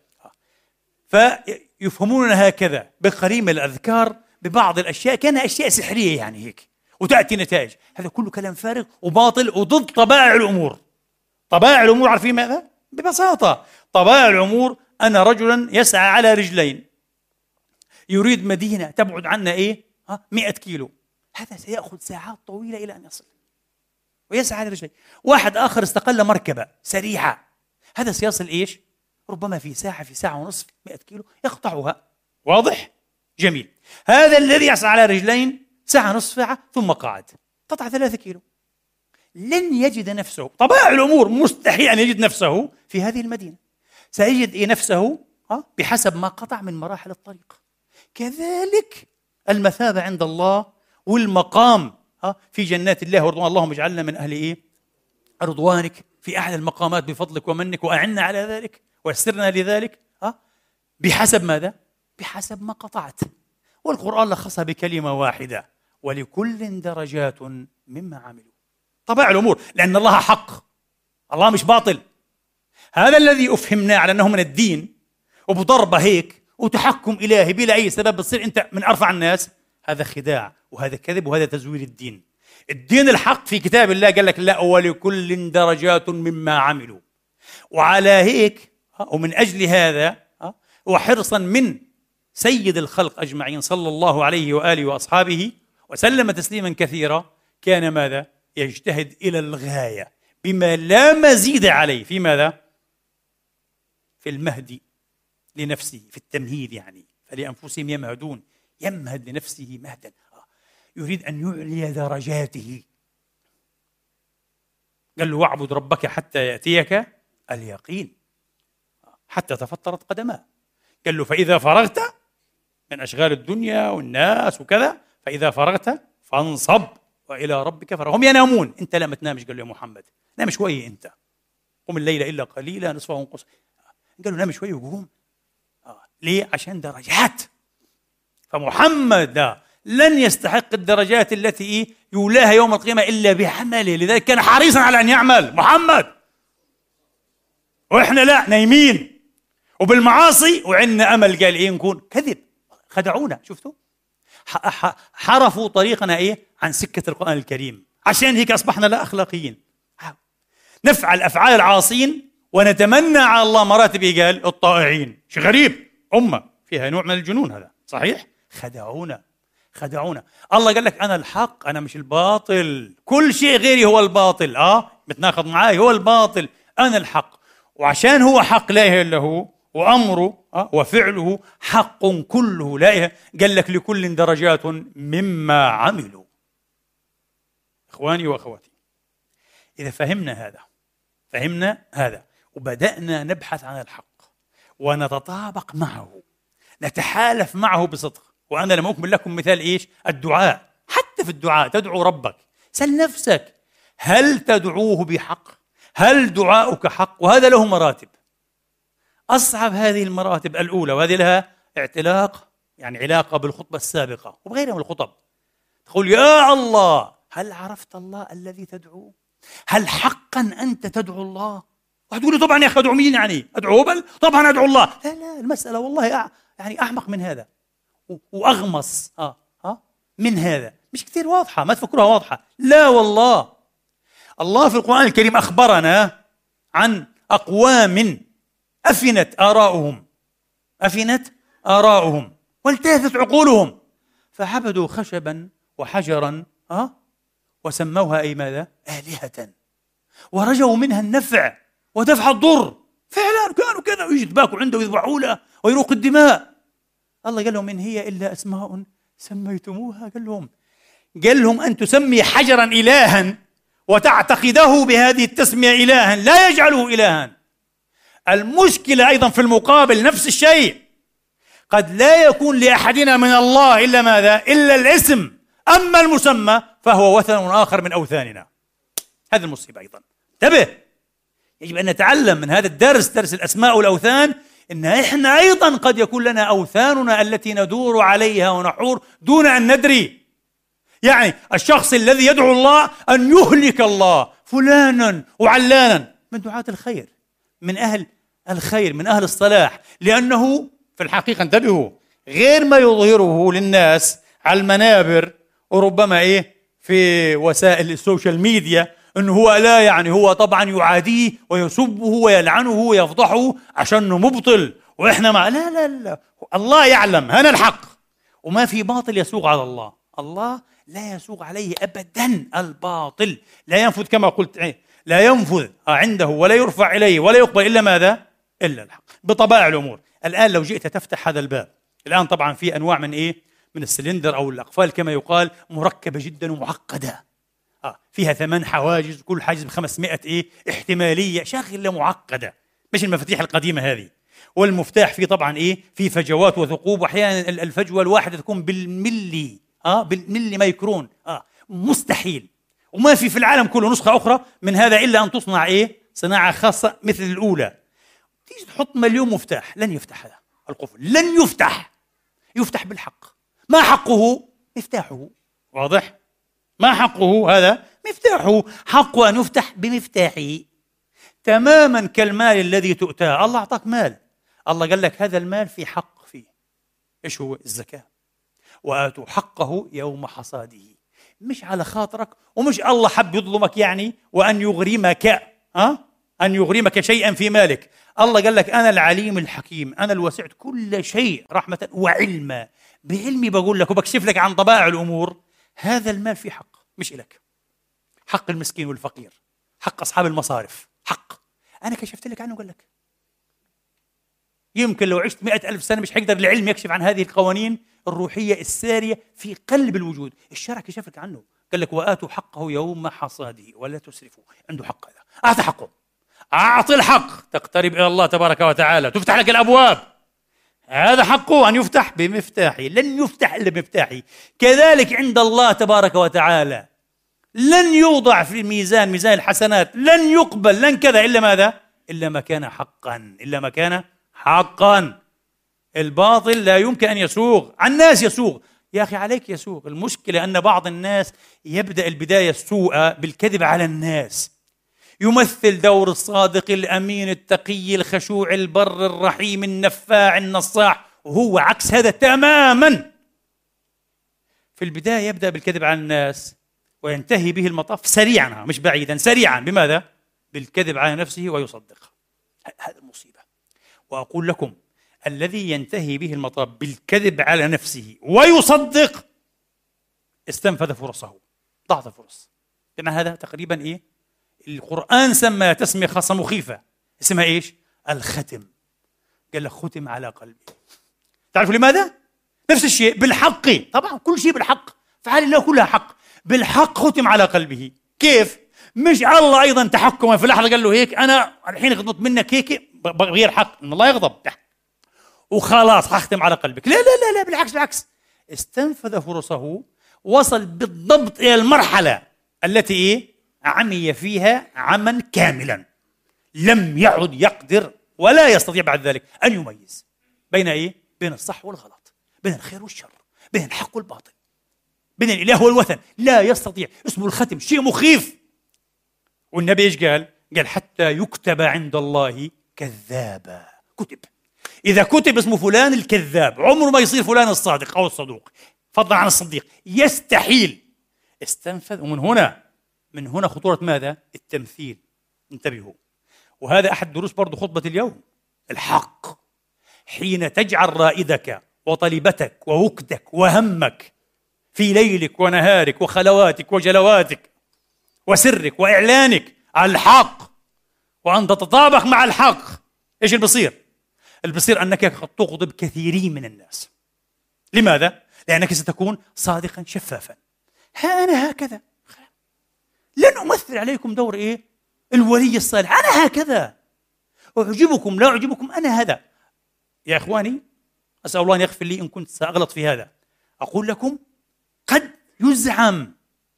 فيفهموننا هكذا بقريم الأذكار ببعض الأشياء كأنها أشياء سحرية يعني هيك، وتأتي نتائج. هذا كله كلام فارغ وباطل وضد طبائع الأمور. طبائع الأمور عارفين ماذا؟ ببساطة طبائع الأمور أنا رجلا يسعى على رجلين يريد مدينة تبعد عنا 100 كيلو، هذا سيأخذ ساعات طويلة إلى أن يصل ويسعى على رجلين. واحد آخر استقل مركبة سريعة، هذا سيصل إيش؟ ربما في ساعة ونصف 100 كيلو يقطعها. واضح؟ جميل. هذا الذي يسعى على رجلين ساعة نصف ساعة ثم قعد، قطع 3 كيلو، لن يجد نفسه، طبائع الأمور مستحيل أن يجد نفسه في هذه المدينة، سيجد نفسه بحسب ما قطع من مراحل الطريق. كذلك المثابة عند الله والمقام في جنات الله ورضوان، اللهم اجعلنا من أهل رضوانك في أعلى المقامات بفضلك ومنك، وأعنا على ذلك ويسرنا لذلك. بحسب ماذا؟ بحسب ما قطعت. والقرآن لخصها بكلمة واحدة: ولكل درجات مما عملوا. طبائع الأمور، لأن الله حق، الله مش باطل. هذا الذي أفهمناه على أنه من الدين وبضربة هيك وتحكم إلهي بلا أي سبب بتصير أنت من أرفع الناس، هذا خداع وهذا كذب وهذا تزوير الدين. الدين الحق في كتاب الله قال لك لا، ولكل درجات مما عملوا. وعلى هيك ومن أجل هذا وحرصا من سيد الخلق أجمعين صلى الله عليه وآله وأصحابه وسلم تسليما كثيرا، كان ماذا؟ يجتهد إلى الغاية بما لا مزيد عليه. في ماذا؟ في المهد لنفسه، في التمهيد، يعني فلأنفسهم يمهدون، يمهد لنفسه مهدا، يريد أن يعلي درجاته. قال له واعبد ربك حتى يأتيك اليقين، حتى تفطرت قدماه. قال له فإذا فرغت من أشغال الدنيا والناس وكذا، فإذا فرغت فانصب وإلى ربك فرغب. هم ينامون، أنت لا ما تنامش. قال له يا محمد نام شوي، أنت قم الليل إلا قليلا نصفه وانقص. قال له نام شوي وقوم. ليه؟ عشان درجات. فمحمد لن يستحق الدرجات التي يولاها يوم القيامة إلا بعمله، لذلك كان حريصا على أن يعمل محمد. وإحنا لا، نايمين وبالمعاصي وعندنا أمل. قال نكون كذب، خدعونا. شفتوا؟ حرفوا طريقنا عن سكة القرآن الكريم، عشان هيك أصبحنا لا أخلاقيين. نفعل أفعال العاصين ونتمنى على الله مراتب قال الطائعين. شيء غريب، أمة فيها نوع من الجنون، هذا صحيح. خدعونا. الله قال لك أنا الحق، أنا مش الباطل، كل شيء غيري هو الباطل. متناقض معاي، هو الباطل، أنا الحق. وعشان هو حق لا إله إلا هو، وأمره وفعله حق كله لا إله، قال لك لكل درجات مما عملوا. إخواني وأخواتي، إذا فهمنا هذا وبدأنا نبحث عن الحق ونتطابق معه، نتحالف معه بصدق وأنا لم أكمل لكم مثال إيش؟ الدعاء. حتى في الدعاء تدعو ربك، سل نفسك هل تدعوه بحق؟ هل دعاؤك حق؟ وهذا له مراتب. أصعب هذه المراتب الأولى، وهذه لها اعتلاق يعني علاقة بالخطبة السابقة وبغيرها من الخطب. تقول يا الله، هل عرفت الله الذي تدعوه؟ هل حقا أنت تدعو الله؟ واحد يقول لي طبعا يا أخي أدعو مين يعني؟ أدعو هبل؟ طبعا أدعو الله. لا لا، المسألة والله يعني أعمق من هذا وأغمص من هذا. مش كثير واضحة، ما تفكروها واضحة. لا والله، الله في القرآن الكريم أخبرنا عن أقوام أفنت آراؤهم والتهثت عقولهم فعبدوا خشبا وحجرا وسموها أي ماذا؟ آلهة، ورجوا منها النفع ودفع الضر. فعلا كانوا كذا، ويجتباكوا عنده ويذبحوا له ويروق الدماء. الله قال لهم إن هي إلا أسماء سميتموها. قال لهم أن تسمي حجرا إلها وتعتقده بهذه التسمية إلها لا يجعله إلها. المشكلة أيضا في المقابل نفس الشيء، قد لا يكون لأحدنا من الله إلا ماذا؟ إلا الاسم، أما المسمى فهو وثن آخر من أوثاننا. هذه المصيبة أيضا. انتبه، يجب أن نتعلم من هذا الدرس، درس الأسماء والأوثان، إن إحنا أيضا قد يكون لنا أوثاننا التي ندور عليها ونحور دون أن ندري. يعني الشخص الذي يدعو الله أن يهلك الله فلانا وعلانا من دعاة الخير، من أهل الخير، من أهل الصلاح، لأنه في الحقيقة انتبهوا، غير ما يظهره للناس على المنابر وربما في وسائل السوشيال ميديا، أنه هو لا، يعني هو طبعا يعاديه ويسبه ويلعنه ويفضحه عشانه مبطل وإحنا لا لا لا، الله يعلم هنا الحق، وما في باطل يسوغ على الله. الله لا يسوغ عليه أبدا الباطل، لا ينفذ كما قلت، لا ينفذ عنده ولا يرفع إليه ولا يقبل إلا ماذا؟ إلا الحق بطبائع الأمور. الآن لو جئت تفتح هذا الباب، الآن طبعا في أنواع من السلندر أو الأقفال كما يقال، مركبة جدا ومعقدة، فيها 8 حواجز، كل حاجز ب500 احتمالية، شاغلة معقدة، مش المفاتيح القديمة هذه. والمفتاح فيه طبعا في فجوات وثقوب، وأحيانا الفجوة الواحدة تكون بالملي بالملي ميكرون، مستحيل. وما في العالم كله نسخة أخرى من هذا إلا أن تصنع صناعة خاصة مثل الأولى. تيجي تحط مليون مفتاح، لن يفتح هذا القفل، لن يفتح بالحق. ما حقه؟ مفتاحه. واضح؟ ما حقه؟ هذا مفتاحه، حقه أن يفتح بمفتاحه، تماما كالمال الذي تؤتاه. الله أعطاك مال، الله قال لك هذا المال في حق فيه. إيش هو؟ الزكاة. وآتوا حقه يوم حصاده، مش على خاطرك، ومش الله حب يظلمك يعني وأن يغرمك أن يغرمك شيئا في مالك. الله قال لك أنا العليم الحكيم، أنا الوسعت كل شيء رحمة وعلما، بعلمي بقول لك وبكشف لك عن طبائع الأمور. هذا المال في حق، مش إلك، حق المسكين والفقير، حق أصحاب المصارف، حق أنا كشفت لك عنه. قال لك يمكن لو عشت 100,000 سنة مش حيقدر العلم يكشف عن هذه القوانين الروحية السارية في قلب الوجود. الشرع كشف لك عنه، قال لك وآتوا حقه يوم حصاده ولا تسرفوا. عنده حق، هذا أعطي حقه، أعطي الحق، تقترب إلى الله تبارك وتعالى، تفتح لك الأبواب. هذا حقه أن يفتح بمفتاحه، لن يفتح إلا بمفتاحه. كذلك عند الله تبارك وتعالى لن يوضع في الميزان، ميزان الحسنات، لن يقبل، لن كذا، إلا ماذا؟ إلا ما كان حقا، إلا ما كان حقا. الباطل لا يمكن أن يسوغ، عن الناس يسوغ، يا أخي عليك يسوغ. المشكلة أن بعض الناس يبدأ البداية السوء بالكذب على الناس، يمثل دور الصادق الأمين التقي الخشوع البر الرحيم النفاع النصاح، وهو عكس هذا تماما. في البداية يبدأ بالكذب على الناس وينتهي به المطاف سريعا، مش بعيدا، سريعا. بماذا؟ بالكذب على نفسه ويصدق. هذا المصيبة. وأقول لكم الذي ينتهي به المطاف بالكذب على نفسه ويصدق استنفذ فرصه، ضاعت الفرص. بمعنى هذا تقريبا القرآن سمى تسمية خاصة مخيفة، اسمها إيش؟ الختم. قال لك ختم على قلبي. تعرفوا لماذا؟ نفس الشيء بالحق، طبعا كل شيء بالحق، فعل الله كلها حق، بالحق ختم على قلبه. كيف؟ مش الله أيضا تحكما في لحظة قال له هيك أنا الحين غضبت منك هيك بغير حق، إن الله يغضب وخلاص هختم على قلبك. لا لا لا لا، بالعكس، استنفذ فرصه، وصل بالضبط إلى المرحلة التي عمي فيها عما كاملا، لم يعد يقدر ولا يستطيع بعد ذلك أن يميز بين بين الصح والغلط، بين الخير والشر، بين الحق والباطل، بين الإله والوثن. لا يستطيع. اسمه الختم، شيء مخيف. والنبي إيش قال؟ قال حتى يكتب عند الله كذابا. كتب. إذا كتب اسمه فلان الكذاب، عمره ما يصير فلان الصادق أو الصدوق، فضلا عن الصديق، يستحيل. استنفذ. ومن هنا خطورة ماذا؟ التمثيل. انتبهوا. وهذا أحد دروس برضو خطبة اليوم. الحق حين تجعل رائدك وطلبتك ووكدك وهمك في ليلك ونهارك وخلواتك وجلواتك وسرك وإعلانك على الحق، وأن تتطابق مع الحق، إيش اللي بصير؟ اللي بصير أنك قد تغضب كثيرين من الناس. لماذا؟ لأنك ستكون صادقا شفافا. ها أنا هكذا، لن أمثل عليكم دور الولي الصالح، أنا هكذا، أعجبكم لا أعجبكم، أنا هذا. يا إخواني، أسأل الله أن يغفر لي إن كنت سأغلط في هذا. أقول لكم قد يزعم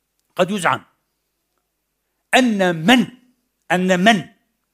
أن من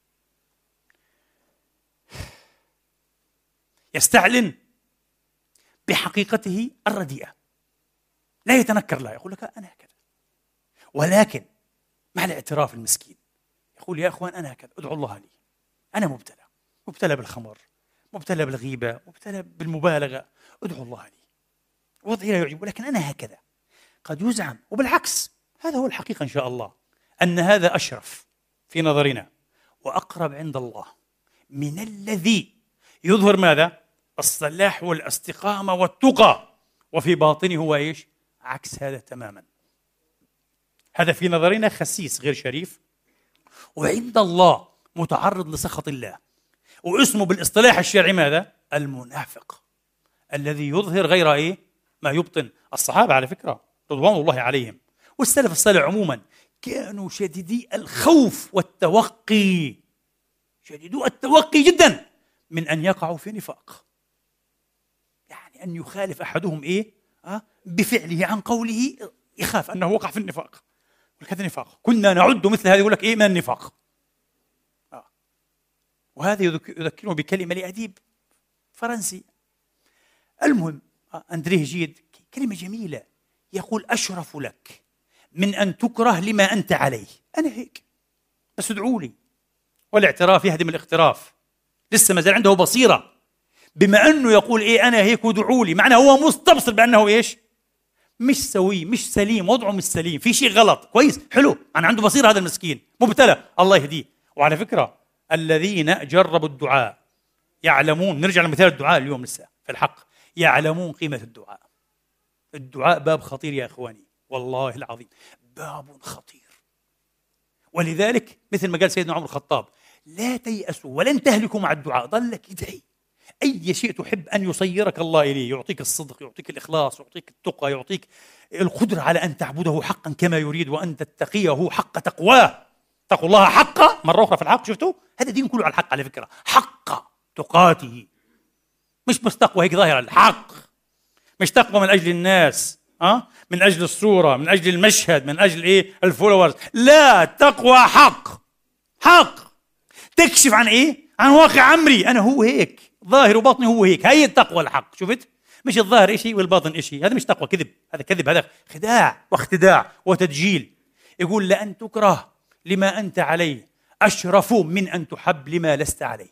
يستعلن بحقيقته الرديئة، لا يتنكر لها، يقول لك أنا هكذا، ولكن مع الاعتراف المسكين يقول يا إخوان أنا هكذا، ادعوا الله لي، أنا مبتلى بالخمر، مبتلى بالغيبة، مبتلى بالمبالغة، ادعوا الله لي، وضعي لا يعجب، ولكن أنا هكذا. قد يزعم، وبالعكس هذا هو الحقيقة إن شاء الله، أن هذا أشرف في نظرنا وأقرب عند الله من الذي يظهر ماذا؟ الصلاح والاستقامة والتقى، وفي باطنه هو إيش؟ عكس هذا تماما. هذا في نظرنا خسيس غير شريف، وعند الله متعرض لسخط الله، واسمه بالاصطلاح الشرعي ماذا؟ المنافق، الذي يظهر غير ما يبطن. الصحابة على فكرة رضوان الله عليهم والسلف الصالح عموما كانوا شديدي الخوف والتوقي، شديدو التوقي جدا من أن يقعوا في نفاق، يعني أن يخالف أحدهم بفعله عن قوله، يخاف أنه وقع في النفاق. هذا نفاق، كنا نعد مثل هذا، يقول لك من النفاق. وهذا يذكرني بكلمة لأديب فرنسي، المهم أندريه جيد، كلمة جميلة، يقول أشرف لك من أن تكره لما أنت عليه. أنا هيك، بس ادعوا لي. والاعتراف يهدم الاقتراف. لسه ما زال عنده بصيرة، بما أنه يقول أنا هيك وادعوا لي، معناه هو مستبصر بأنه مش سوي، مش سليم، وضعه مش سليم، في شيء غلط. كويس، حلو، أنا عنده بصيرة هذا المسكين، مبتلى، الله يهديه. وعلى فكرة الذين جربوا الدعاء يعلمون، نرجع لمثال الدعاء اليوم لسه في الحق، يعلمون قيمة الدعاء. الدعاء باب خطير يا إخواني، والله العظيم باب خطير. ولذلك مثل ما قال سيدنا عمر الخطاب، لا تيأسوا ولن تهلكوا مع الدعاء، ضلك ادعي. أي شيء تحب أن يصيرك الله إليه، يعطيك الصدق، يعطيك الإخلاص، يعطيك التقى، يعطيك القدرة على أن تعبده حقا كما يريد، وأن تتقيه حق تقواه. اتقوا الله حق، مرة أخرى في الحق. شفتوا؟ هذا دين كله على الحق على فكرة، حق تقاته، مش بس تقوى هيك ظاهرة، الحق، مش تقوى من أجل الناس، من أجل الصورة، من أجل المشهد، من أجل الفولورز، لا، تقوى حق تكشف عن عن واقع أمري، أنا هو هيك، ظاهر وباطني هو هيك، هي التقوى الحق. شفت؟ مش الظاهر شيء والباطن شيء، هذا مش تقوى، كذب، هذا كذب، هذا خداع واختداع وتدجيل. يقول لأن تكره لما أنت عليه أشرف من أن تحب لما لست عليه.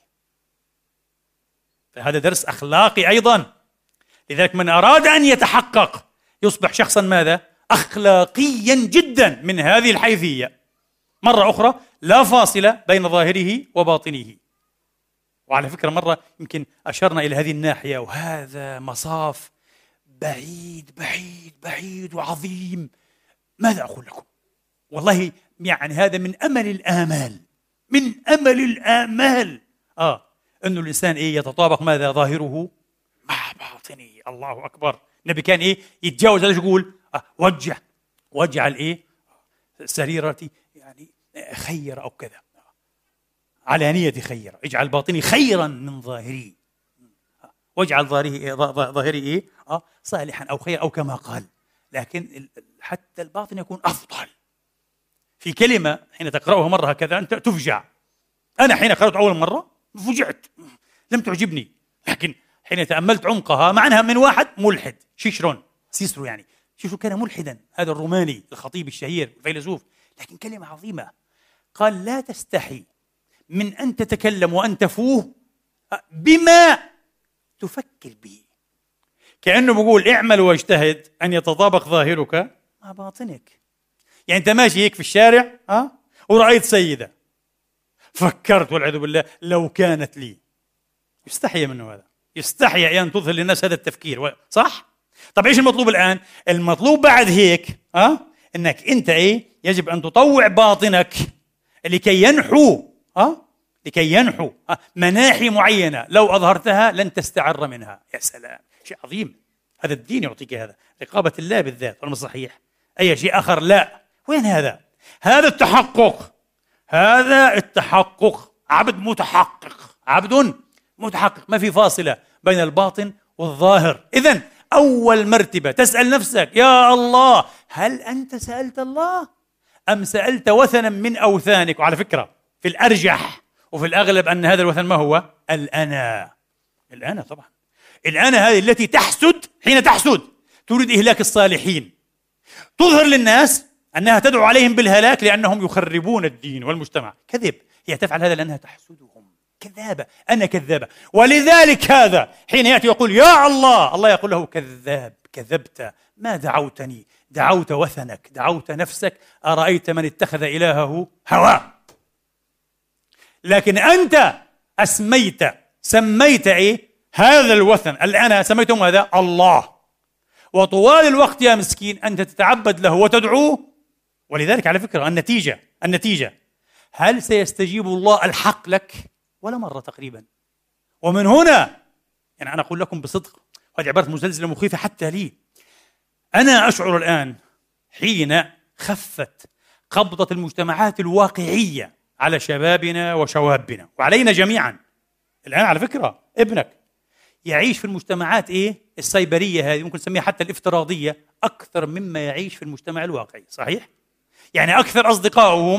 فهذا درس أخلاقي أيضا. لذلك من أراد أن يتحقق يصبح شخصا ماذا؟ أخلاقيا جدا من هذه الحيثية. مرة أخرى لا فاصلة بين ظاهره وباطنه. وعلى فكرة مرة يمكن أشرنا إلى هذه الناحية، وهذا مصاف بعيد بعيد بعيد وعظيم. ماذا أقول لكم؟ والله يعني هذا من أمل الآمال، أنه الإنسان يتطابق ماذا؟ ظاهره مع باطنه. الله أكبر. النبي كان يتجاوز، ليش يقول واجعل سريرتي يعني خير أو كذا، علانيتي خير، اجعل باطني خيرا من ظاهري. واجعل ظاهره إيه؟ صالحا أو خير أو كما قال. لكن حتى الباطن يكون أفضل. في كلمة حين تقرأها مرة هكذا أنت تفجع. أنا حين قرأت أول مرة فجعت، لم تعجبني، لكن حين تأملت عمقها معناها من واحد ملحد، سيسرو يعني. شيشرو كان ملحدا، هذا الروماني الخطيب الشهير الفيلسوف، لكن كلمة عظيمة. قال: لا تستحي من أن تتكلم وأن تفوه بما تفكر به. كأنه بيقول: اعمل واجتهد أن يتطابق ظاهرك مع باطنك. يعني أنت ماشي هيك في الشارع ورأيت سيدة، فكرت والعياذ بالله لو كانت لي. يستحي منه هذا، يستحي أن تظهر للناس هذا التفكير، صح؟ طب إيش المطلوب الآن؟ المطلوب بعد هيك إنك أنت يجب أن تطوع باطنك لكي ينحو مناحي معينة لو أظهرتها لن تستعر منها. يا سلام، شيء عظيم. هذا الدين يعطيك هذا، رقابة الله بالذات، ولا صحيح؟ أي شيء آخر لا. وين هذا؟ هذا التحقق. عبد متحقق، ما في فاصلة بين الباطن والظاهر. إذن أول مرتبة تسأل نفسك: يا الله، هل أنت سألت الله أم سألت وثنا من أوثانك؟ وعلى فكرة في الأرجح وفي الأغلب أن هذا الوثن ما هو؟ الأنا طبعا. الأنا هذه التي تحسد، حين تحسد تريد إهلاك الصالحين، تظهر للناس أنها تدعو عليهم بالهلاك لأنهم يخربون الدين والمجتمع. كذب، هي تفعل هذا لأنها تحسدهم. كذابة، أنا كذابة. ولذلك هذا حين يأتي يقول: يا الله، الله يقول له: كذاب، كذبت، ما دعوتني، دعوت وثنك، دعوت نفسك، أرأيت من اتخذ إلهه هواه. لكن أنت سميت هذا الوثن الآن سميته ماذا؟ الله. وطوال الوقت يا مسكين أنت تتعبد له وتدعوه. ولذلك على فكرة النتيجة هل سيستجيب الله الحق لك؟ ولا مرة تقريبا. ومن هنا يعني أنا أقول لكم بصدق، وهذه عبارة مزلزلة مخيفة حتى لي، أنا أشعر الآن حين خفت قبضة المجتمعات الواقعية على شبابنا وشوابنا وعلينا جميعا. الآن على فكرة ابنك يعيش في المجتمعات السيبرية هذه، ممكن نسميها حتى الافتراضية، أكثر مما يعيش في المجتمع الواقعي. صحيح؟ يعني أكثر أصدقائهم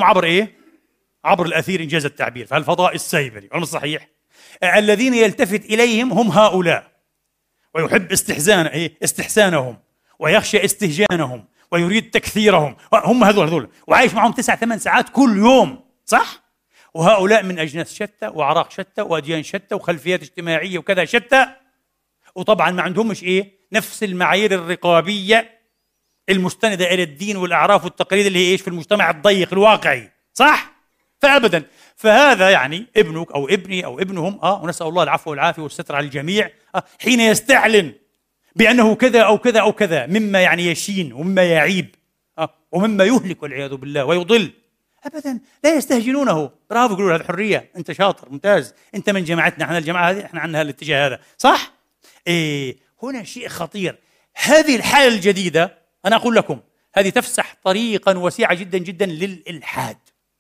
عبر الأثير إنجاز التعبير، فالفضاء السيبري، ولا صحيح؟ الذين يلتفت إليهم هم هؤلاء، ويحب استحسانهم، ويخشى استهجانهم، ويريد تكثيرهم. هم هذول وعايش معهم 9-8 ساعات كل يوم، صح؟ وهؤلاء من أجناس شتى وأعراق شتى وأديان شتى وخلفيات اجتماعية وكذا شتى، وطبعا ما عندهمش نفس المعايير الرقابية المستندة إلى الدين والأعراف والتقاليد اللي هي في المجتمع الضيق الواقعي، صح؟ فأبدا. فهذا يعني ابنك أو ابني أو ابنهم ونسأل الله العفو والعافية والستر على الجميع، حين يستعلن بأنه كذا أو كذا أو كذا مما يعني يشين ومما يعيب ومما يهلك والعياذ بالله ويضل، أبدا لا يستهجنونه. برافو، يقولوا هذه حرية، أنت شاطر، ممتاز، أنت من جماعتنا، احنا الجماعة هذه احنا عندنا الاتجاه هذا، صح؟ هنا شيء خطير. هذه الحالة الجديدة أنا أقول لكم هذه تفسح طريقا وسيعة جدا جدا للإلحاد.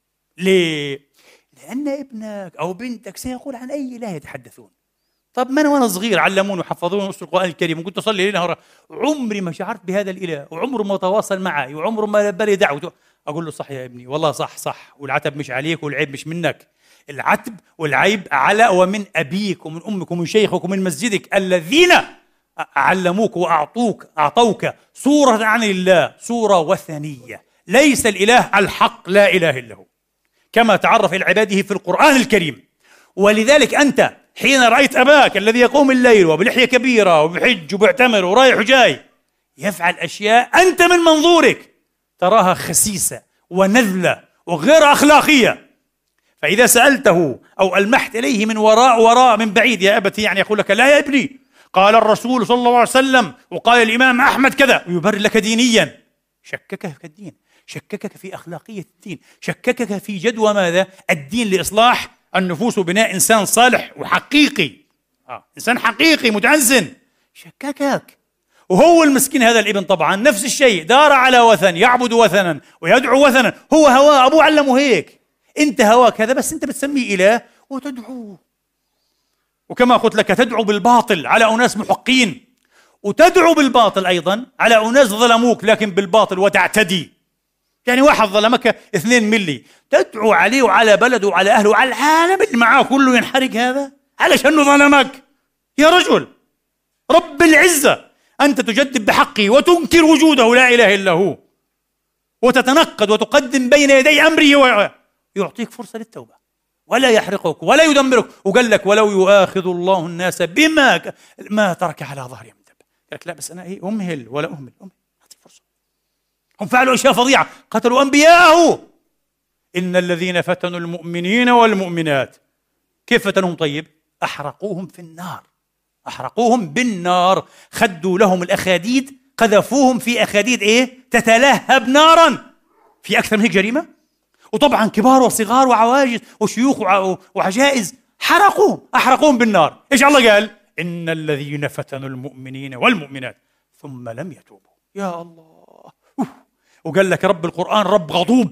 ليه؟ لأن ابنك أو بنتك سيقول عن أي إله يتحدثون. طب من وأنا صغير علموني وحفظوني نص القرآن الكريم وكنت أصلي ليل نهار، عمري ما شعرت بهذا الإله وعمره ما تواصل معي وعمره ما لبالي دعوته. أقول له: صح يا ابني، والله صح، والعتب مش عليك والعيب مش منك، العتب والعيب على ومن أبيك ومن أمك ومن شيخك ومن مسجدك الذين علموك أعطوك صورة عن الله، صورة وثنية. ليس الإله الحق، لا إله إلا هو، كما تعرف إلى عباده في القرآن الكريم. ولذلك أنت حين رأيت أباك الذي يقوم الليل وبلحية كبيرة وبحج وبيعتمر ورايح وجاي يفعل أشياء أنت من منظورك تراها خسيسة ونذلة وغير أخلاقية، فإذا سألته أو ألمحت إليه من وراء من بعيد: يا أبتي، يعني يقول لك: لا يا ابني، قال الرسول صلى الله عليه وسلم وقال الإمام أحمد كذا، ويبرر لك دينيا. شككك في الدين، شككك في أخلاقية الدين، شككك في جدوى ماذا؟ الدين لإصلاح النفوس وبناء إنسان صالح وحقيقي، إنسان حقيقي متعنزن. شككك. وهو المسكين هذا الابن طبعا نفس الشيء، دار على وثن، يعبد وثنا ويدعو وثنا، هو هواه، أبوه علمه هيك، أنت هواك هذا بس أنت بتسميه إله وتدعوه. وكما قلت لك تدعو بالباطل على أناس محقين، وتدعو بالباطل أيضا على أناس ظلموك لكن بالباطل وتعتدي. يعني واحد ظلمك 2 ملي تدعو عليه وعلى بلده وعلى أهله وعلى العالم اللي معاه كله ينحرق هذا علشان ظلمك. يا رجل، رب العزة أنت تجدد بحقه وتنكر وجوده لا إله إلا هو، وتتنقد وتقدم بين يدي أمره ويعطيك فرصة للتوبة ولا يحرقك ولا يدمرك. وقال لك ولو يؤاخذ الله الناس بما ما ترك على ظهرهم من دابة. قال لك لا بس أنا أمهل ولا أهمل، أعطيك فرصة. هم فعلوا أشياء فظيعة، قتلوا أنبياءه. إن الذين فتنوا المؤمنين والمؤمنات كيف فتنهم؟ طيب أحرقوهم في النار، أحرقوهم بالنار، خدوا لهم الأخاديد، قذفوهم في أخاديد تتلهب نارا. في أكثر من هيك جريمة؟ وطبعا كبار وصغار وعواجز وشيوخ وعجائز أحرقوهم بالنار. إيش الله قال؟ إن الذين فتنوا المؤمنين والمؤمنات ثم لم يتوبوا. يا الله. وقال لك رب القرآن رب غضوب.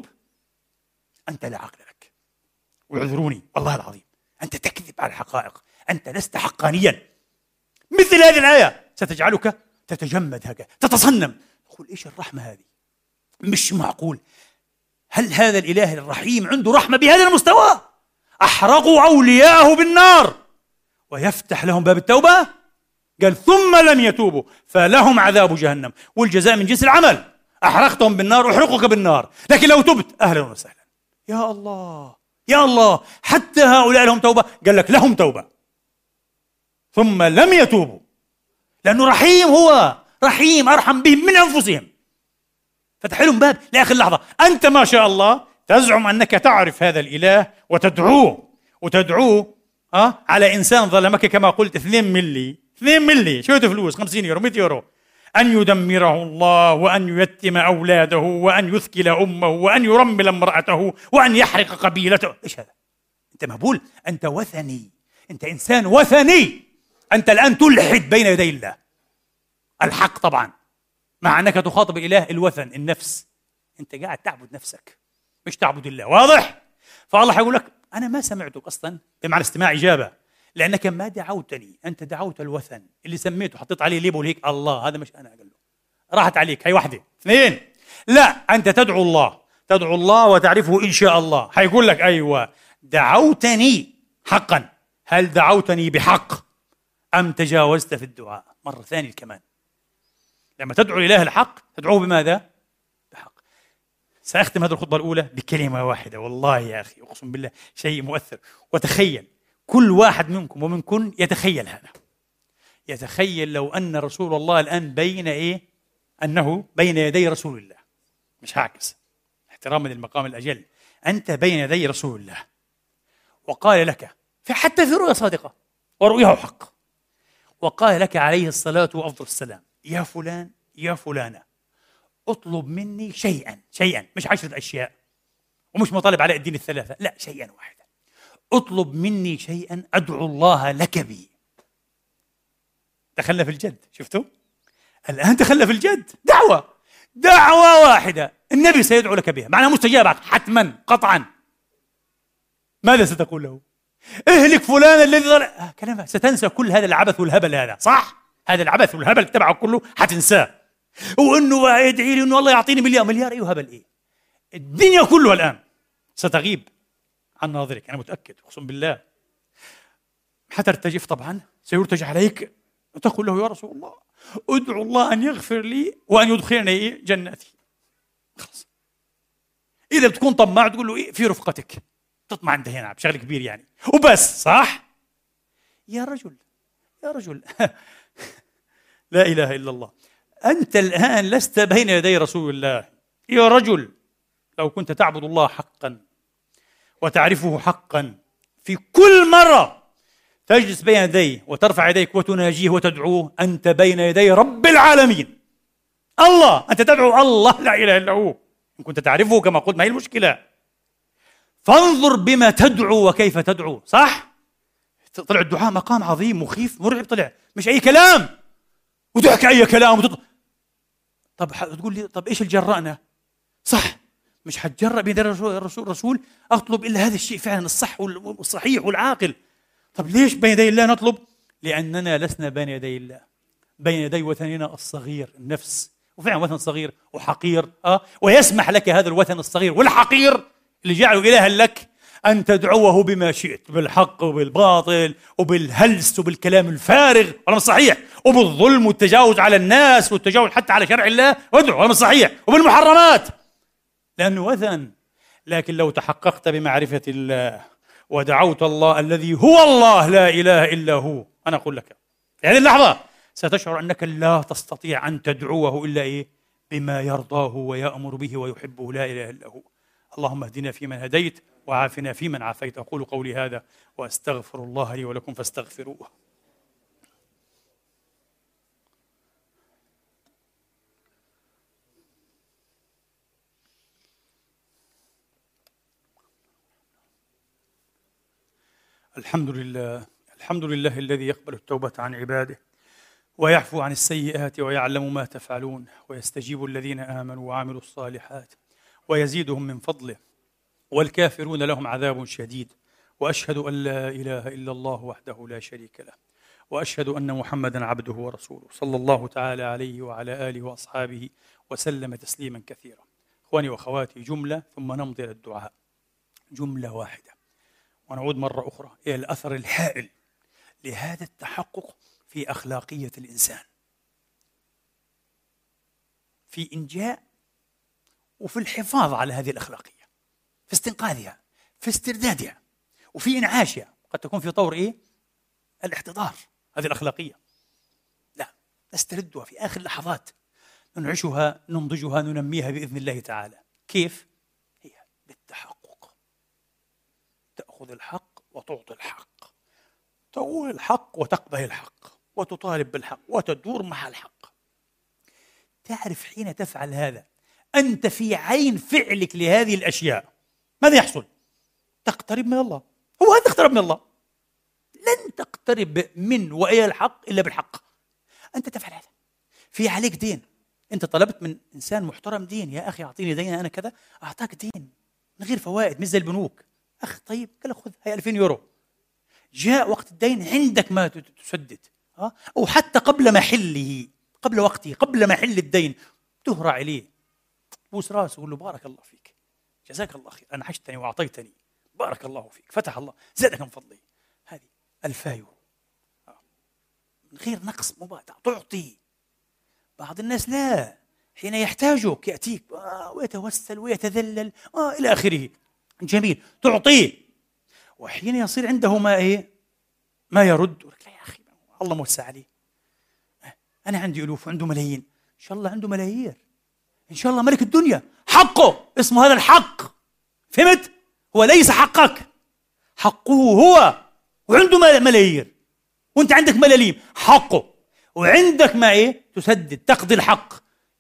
أنت لا عقل لك، واعذروني والله العظيم أنت تكذب على الحقائق، أنت لست حقانيا. مثل هذه الآية ستجعلك تتجمد هكذا، تتصنم، تقول إيش الرحمة هذه؟ مش معقول. هل هذا الإله الرحيم عنده رحمة بهذا المستوى؟ أحرقوا أولياءه بالنار ويفتح لهم باب التوبة. قال ثم لم يتوبوا فلهم عذاب جهنم والجزاء من جنس العمل. أحرقتهم بالنار أحرقك بالنار، لكن لو تبت أهلا وسهلا. يا الله يا الله، حتى هؤلاء لهم توبة. قال لك لهم توبة ثم لم يتوبوا، لأنه رحيم، هو رحيم أرحم بهم من أنفسهم. فتح لهم باب لآخر لحظة. أنت ما شاء الله تزعم أنك تعرف هذا الإله وتدعوه على إنسان ظلمك كما قلت 2 ملي شوية فلوس 50 يورو 100 يورو، أن يدمره الله وأن يتم أولاده وأن يثكل أمه وأن يرمل امرأته وأن يحرق قبيلته. إيش هذا؟ أنت مهبول، أنت وثني، أنت إنسان وثني. أنت الآن تلحد بين يدي الله الحق طبعا، مع أنك تخاطب الإله الوثن النفس. أنت قاعد تعبد نفسك مش تعبد الله. واضح؟ فالله حيقول لك أنا ما سمعتك أصلا، بمعنى استماع إجابة، لأنك ما دعوتني، أنت دعوت الوثن اللي سميته حطيت عليه ليبل هيك الله. هذا مش أنا، قال له راحت عليك. هي واحدة. 2 لا، أنت تدعو الله وتعرفه إن شاء الله. حيقول لك أيوة دعوتني حقا، هل دعوتني بحق أم تجاوزت في الدعاء؟ مرة ثانية كمان، لما تدعو الإله الحق تدعوه بماذا؟ بحق. سأختم هذه الخطبة الأولى بكلمة واحدة، والله يا أخي أقسم بالله شيء مؤثر. وتخيل كل واحد منكم ومنكن يتخيل هذا، يتخيل لو أن رسول الله الآن أنه بين يدي رسول الله، مش هعكس احتراما للمقام الأجل، أنت بين يدي رسول الله وقال لك حتى في رؤيا صادقة ورؤياه حق، وقال لك عليه الصلاة وأفضل السلام يا فلان يا فلانة اطلب مني شيئا، مش 10 أشياء ومش مطالب على الدين الثلاثة، لا، شيئا واحدا. اطلب مني شيئا أدعو الله لك به. دخلنا في الجد، شفتوا؟ الآن دخلنا في الجد. دعوة واحدة النبي سيدعو لك بها، معناها مستجابة حتما قطعا. ماذا ستقول له؟ اهلك فلان الذي كلام. ستنسى كل هذا العبث والهبل هذا، صح؟ هذا العبث والهبل تبعه كله حتنساه، وانه يدعي لي انه الله يعطيني مليار ايه وهبل ايه. الدنيا كلها الان ستغيب عن ناظرك، انا متاكد اقسم بالله. حترتجف طبعا، سيرتج عليك وتقول له يا رسول الله ادعو الله ان يغفر لي وان يدخلني جنتي. خلاص، اذا بتكون طماع تقول له في رفقتك، تطمع انت هنا بشغل كبير يعني وبس، صح؟ يا رجل لا إله إلا الله، أنت الآن لست بين يدي رسول الله. يا رجل، لو كنت تعبد الله حقا وتعرفه حقا، في كل مرة تجلس بين يديه وترفع يديك وتناجيه وتدعوه، أنت بين يدي رب العالمين الله. أنت تدعو الله لا إله إلا هو، إن كنت تعرفه كما قلت، ما هي المشكلة. فانظر بما تدعو وكيف تدعو، صح؟ طلع الدعاء مقام عظيم مخيف مرعب، طلع مش أي كلام وتحكي أي كلام طب تقول لي طب إيش الجرأنا؟ صح، مش حتجرأ بين الرسول أطلب إلا هذا الشيء فعلا الصح والصحيح والعاقل. طب ليش بين يدي الله نطلب؟ لأننا لسنا بين يدي الله، بين يدي وثننا الصغير النفس، وفعلا وثن صغير وحقير، ويسمح لك هذا الوثن الصغير والحقير اللي جعله إلها لك أن تدعوه بما شئت، بالحق وبالباطل وبالهلس وبالكلام الفارغ، ولا مش صحيح؟ وبالظلم والتجاوز على الناس والتجاوز حتى على شرع الله، وادعو، ولا مش صحيح؟ وبالمحرمات، لأنه وثن. لكن لو تحققت بمعرفة الله ودعوت الله الذي هو الله لا إله إلا هو، أنا أقول لك في هذه اللحظة ستشعر أنك لا تستطيع أن تدعوه إلا بما يرضاه ويأمر به ويحبه، لا إله إلا هو. اللهم اهدنا فيمن هديت وعافنا فيمن عافيت. أقول قولي هذا وأستغفر الله لي ولكم فاستغفروه. الحمد لله، الحمد لله الذي يقبل التوبة عن عباده ويعفو عن السيئات ويعلم ما تفعلون ويستجيب الذين آمنوا وعملوا الصالحات ويزيدهم من فضله، والكافرون لهم عذاب شديد. وأشهد أن لا إله إلا الله وحده لا شريك له، وأشهد أن محمدا عبده ورسوله صلى الله تعالى عليه وعلى آله وأصحابه وسلم تسليما كثيرا. إخواني وأخواتي، جملة ثم نمضي إلى الدعاء. جملة واحدة ونعود مرة أخرى إلى الأثر الهائل لهذا التحقق في أخلاقية الإنسان، في إنجاء وفي الحفاظ على هذه الأخلاقية، في استنقاذها، في استردادها، وفي إنعاشها. قد تكون في طور الاحتضار هذه الأخلاقية، لا، نستردها في آخر لحظات، ننعشها، ننضجها، ننميها بإذن الله تعالى. كيف؟ هي بالتحقق. تأخذ الحق وتعطي الحق، تقول الحق وتقبل الحق، وتطالب بالحق وتدور مع الحق. تعرف حين تفعل هذا أنت في عين فعلك لهذه الأشياء ماذا يحصل؟ تقترب من الله. هو هذا اقترب من الله. لن تقترب من وإلى الحق إلا بالحق. أنت تفعل هذا. في عليك دين، أنت طلبت من إنسان محترم دين، يا أخي أعطيني دين أنا كذا، أعطاك دين من غير فوائد، مش زي البنوك. أخ طيب، قال خذ هي 2000 يورو. جاء وقت الدين عندك ما تسدد، أو حتى قبل محله، قبل وقته، قبل محل الدين، تهرع إليه، بوس راسه وقول له بارك الله فيك، جزاك الله خير، أنا حشتني وأعطيتني، بارك الله فيك، فتح الله، زادك من فضله. هذه 2000 يورو من غير نقص، مبادئ تعطي. بعض الناس لا، حين يحتاجك يأتيك ويتوسل ويتذلل إلى آخره. جميل، تعطيه. وحين يصير عنده ما يرد، يقول لا يا أخي الله موسع عليه، أنا عندي ألوف وعنده ملايين، إن شاء الله عنده ملايير، إن شاء الله ملك الدنيا، حقه، اسمه هذا الحق. فهمت؟ هو ليس حقك، حقه هو، وعنده ملايير وأنت عندك ملاليم. حقه وعندك ما تسدد، تقضي الحق.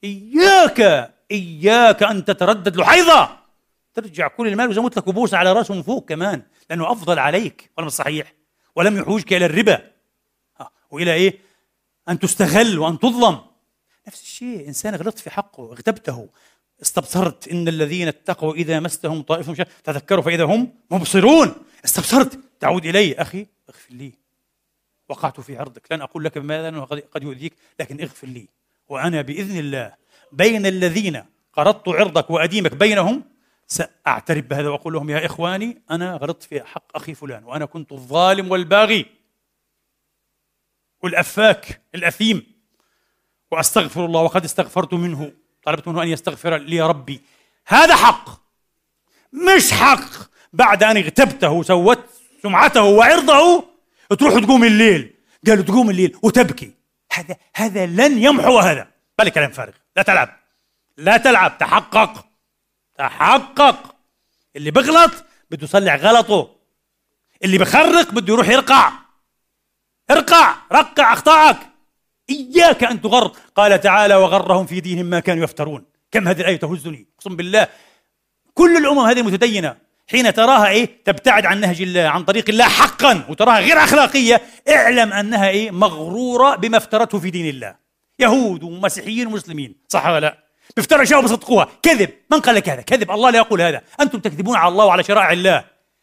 إياك أن تتردد لحيظة، ترجع كل المال وزمت لك وبوسة على راسه من فوق كمان، لأنه أفضل عليك، ولا مش صحيح؟ ولم يحوجك إلى الربا وإلى أن تستغل وأن تظلم. نفس الشيء، إنسان غلطت في حقه، اغتبته، استبصرت إن الذين اتقوا إذا مسهم طائف تذكروا فإذا هم مبصرون. استبصرت، تعود إلي، أخي اغفر لي، وقعت في عرضك، لن أقول لك بماذا قد يؤذيك، لكن اغفر لي، وأنا بإذن الله بين الذين قرضت عرضك وأديمك بينهم سأعترف بهذا وأقول لهم يا إخواني أنا غلطت في حق أخي فلان، وأنا كنت الظالم والباغي والأفاك الأثيم، وأستغفر الله وقد استغفرت منه، طلبت منه أن يستغفر لي ربي. هذا حق، مش حق بعد أن اغتبته وسوت سمعته وعرضه تروح تقوم الليل، قالوا تقوم الليل وتبكي. هذا لن يمحو هذا، بل كلام فارغ. لا تلعب، تحقق. اللي بغلط بده يصلح غلطه، اللي بخرق بده يروح يرقع أخطائك. إياك أن تغر. قال تعالى وغرهم في دينهم ما كانوا يفترون. كم هذه الآية تهزني، أقسم بالله. كل الأمم هذه المتدينة حين تراها تبتعد عن نهج الله، عن طريق الله حقا، وتراها غير أخلاقية، اعلم أنها مغرورة بما افترته في دين الله. يهود ومسيحيين ومسلمين، صح ولا لا؟ بيفتروا أشياء وبيصدقوها. كذب. من قال لك هذا؟ كذب. الله لا يقول هذا. أنتم تكذبون على الله وعلى شرائع الله.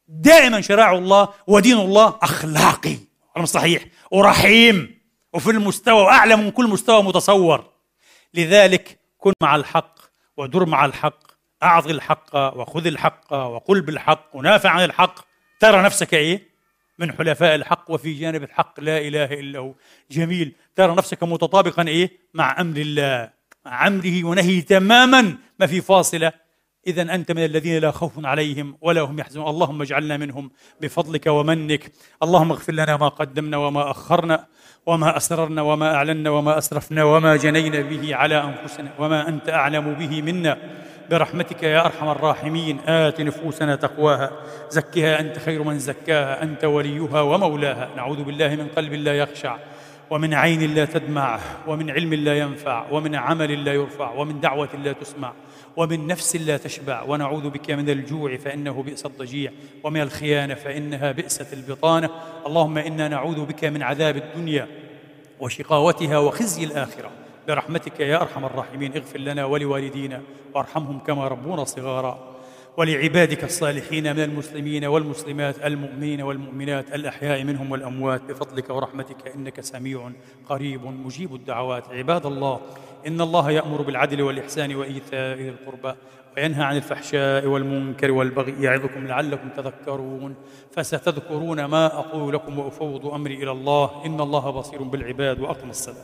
دائما شرائع الله ودين الله أخلاقي على صحيح ورحيم وفي المستوى وأعلى من كل مستوى متصور. لذلك كن مع الحق ودر مع الحق، أعطي الحق وخذ الحق وقل بالحق ونافع عن الحق، ترى نفسك إيه؟ من حلفاء الحق وفي جانب الحق لا إله إلا هو. جميل، ترى نفسك متطابقا إيه؟ مع أمر الله، مع أمره ونهيه تماما، ما في فاصلة. إذا أنت من الذين لا خوف عليهم ولا هم يحزنون. اللهم اجعلنا منهم بفضلك ومنك. اللهم اغفر لنا ما قدمنا وما أخرنا وما أسررنا وما أعلنا وما أسرفنا وما جنينا به على أنفسنا وما أنت أعلم به منا، برحمتك يا أرحم الراحمين. آت نفوسنا تقواها، زكها أنت خير من زكاها، أنت وليها ومولاها. نعوذ بالله من قلب لا يخشع، ومن عين لا تدمع، ومن علم لا ينفع، ومن عمل لا يرفع، ومن دعوة لا تسمع، ومن نفس لا تشبع. ونعوذ بك من الجوع فإنه بئس الضجيع، ومن الخيانة فإنها بئست البطانة. اللهم إنا نعوذ بك من عذاب الدنيا وشقاوتها وخزي الآخرة، برحمتك يا أرحم الراحمين. اغفر لنا ولوالدينا وارحمهم كما ربونا صغارا، ولعبادك الصالحين من المسلمين والمسلمات المؤمنين والمؤمنات الأحياء منهم والأموات، بفضلك ورحمتك إنك سميع قريب مجيب الدعوات. عباد الله، إن الله يأمر بالعدل والإحسان وإيتاء ذي القربى وينهى عن الفحشاء والمنكر والبغي يعظكم لعلكم تذكرون. فستذكرون ما أقول لكم وأفوض أمري إلى الله، إن الله بصير بالعباد. وأقم الصلاة.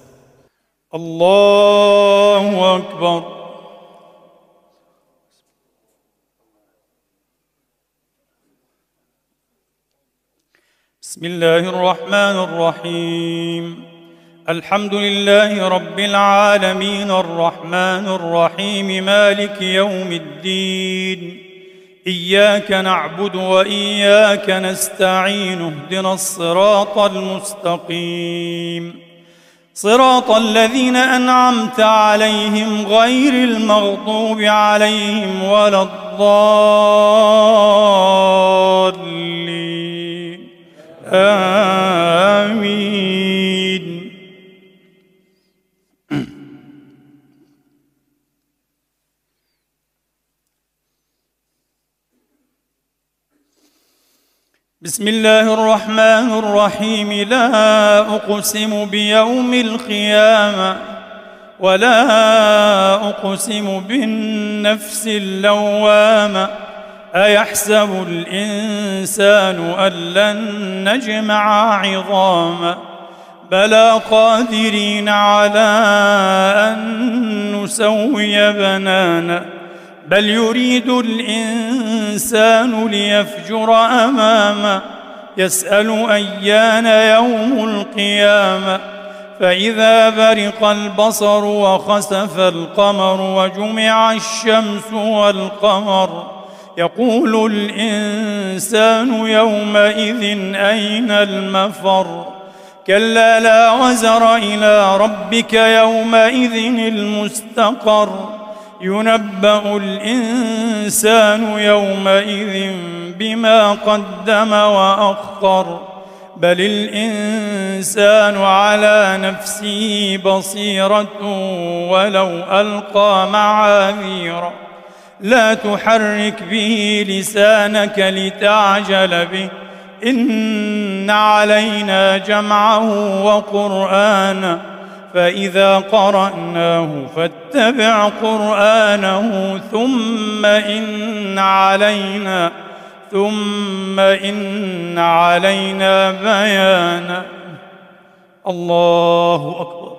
الله أكبر. بسم الله الرحمن الرحيم. الحمد لله رب العالمين الرحمن الرحيم مالك يوم الدين. إياك نعبد وإياك نستعين، اهدنا الصراط المستقيم، صراط الذين أنعمت عليهم غير المغضوب عليهم ولا الضالين. آمين. بسم الله الرحمن الرحيم. لا أقسم بيوم القيامة ولا أقسم بالنفس اللوامة. أيحسب الإنسان أن لن نجمع عظاما؟ بلى قادرين على أن نسوي بنانا. بل يريد الإنسان ليفجر أمامه. يسأل أيان يوم القيامة. فإذا برق البصر وخسف القمر وجمع الشمس والقمر يقول الإنسان يومئذ أين المفر؟ كلا لا وزر إلى ربك يومئذ المستقر. ينبأ الإنسان يومئذ بما قدم وأخر. بل الإنسان على نفسه بصيرة ولو ألقى معاذيره. لا تحرك به لسانك لتعجل به. إن علينا جمعه وقرآنه، فإذا قرأناه فاتبع قرآنه ثم إن علينا بيانه. الله أكبر.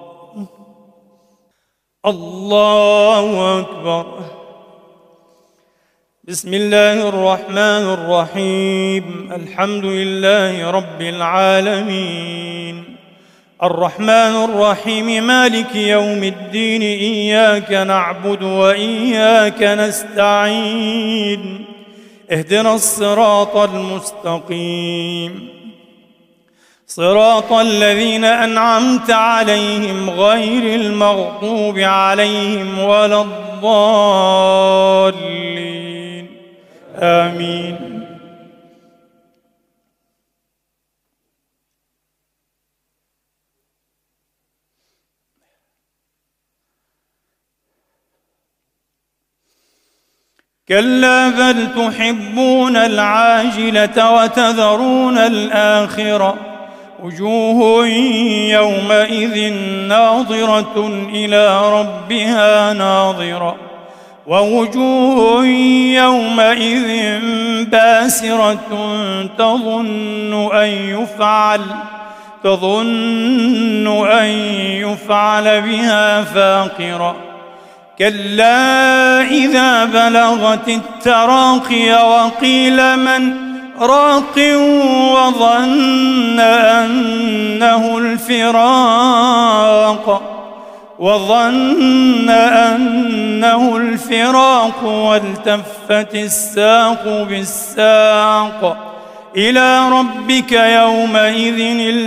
الله أكبر. بسم الله الرحمن الرحيم. الحمد لله رب العالمين الرحمن الرحيم مالك يوم الدين. إياك نعبد وإياك نستعين، اهدنا الصراط المستقيم، صراط الذين أنعمت عليهم غير المغضوب عليهم ولا الضالين. آمين. كلا بل تحبون العاجلة وتذرون الآخرة وجوه يومئذ ناظرة إلى ربها ناظرة ووجوه يومئذ باسرة تظن أن يفعل بها فاقرة كلا إذا بلغت التراقي وقيل من راق وظن أنه الفراق والتفت الساق بالساق إلى ربك يومئذ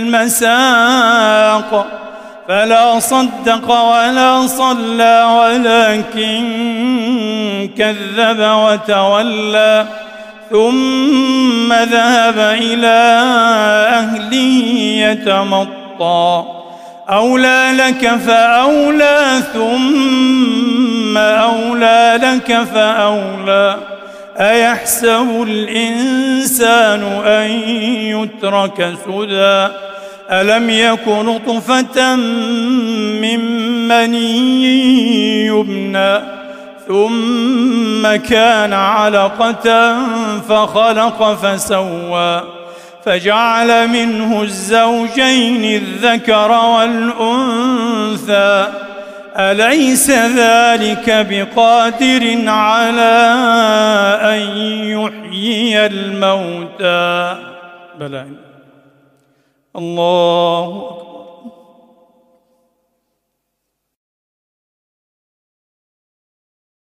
المساق فلا صدق ولا صلى ولكن كذب وتولى ثم ذهب إلى أهله يتمطى أولى لك فأولى ثم أولى لك فأولى أيحسب الإنسان أن يترك سدى ألم يك نطفة من مني يمنى ثم كان علقة فخلق فسوى فجعل منه الزوجين الذكر والأنثى أليس ذلك بقادر على أن يحيي الموتى بلى الله أكبر.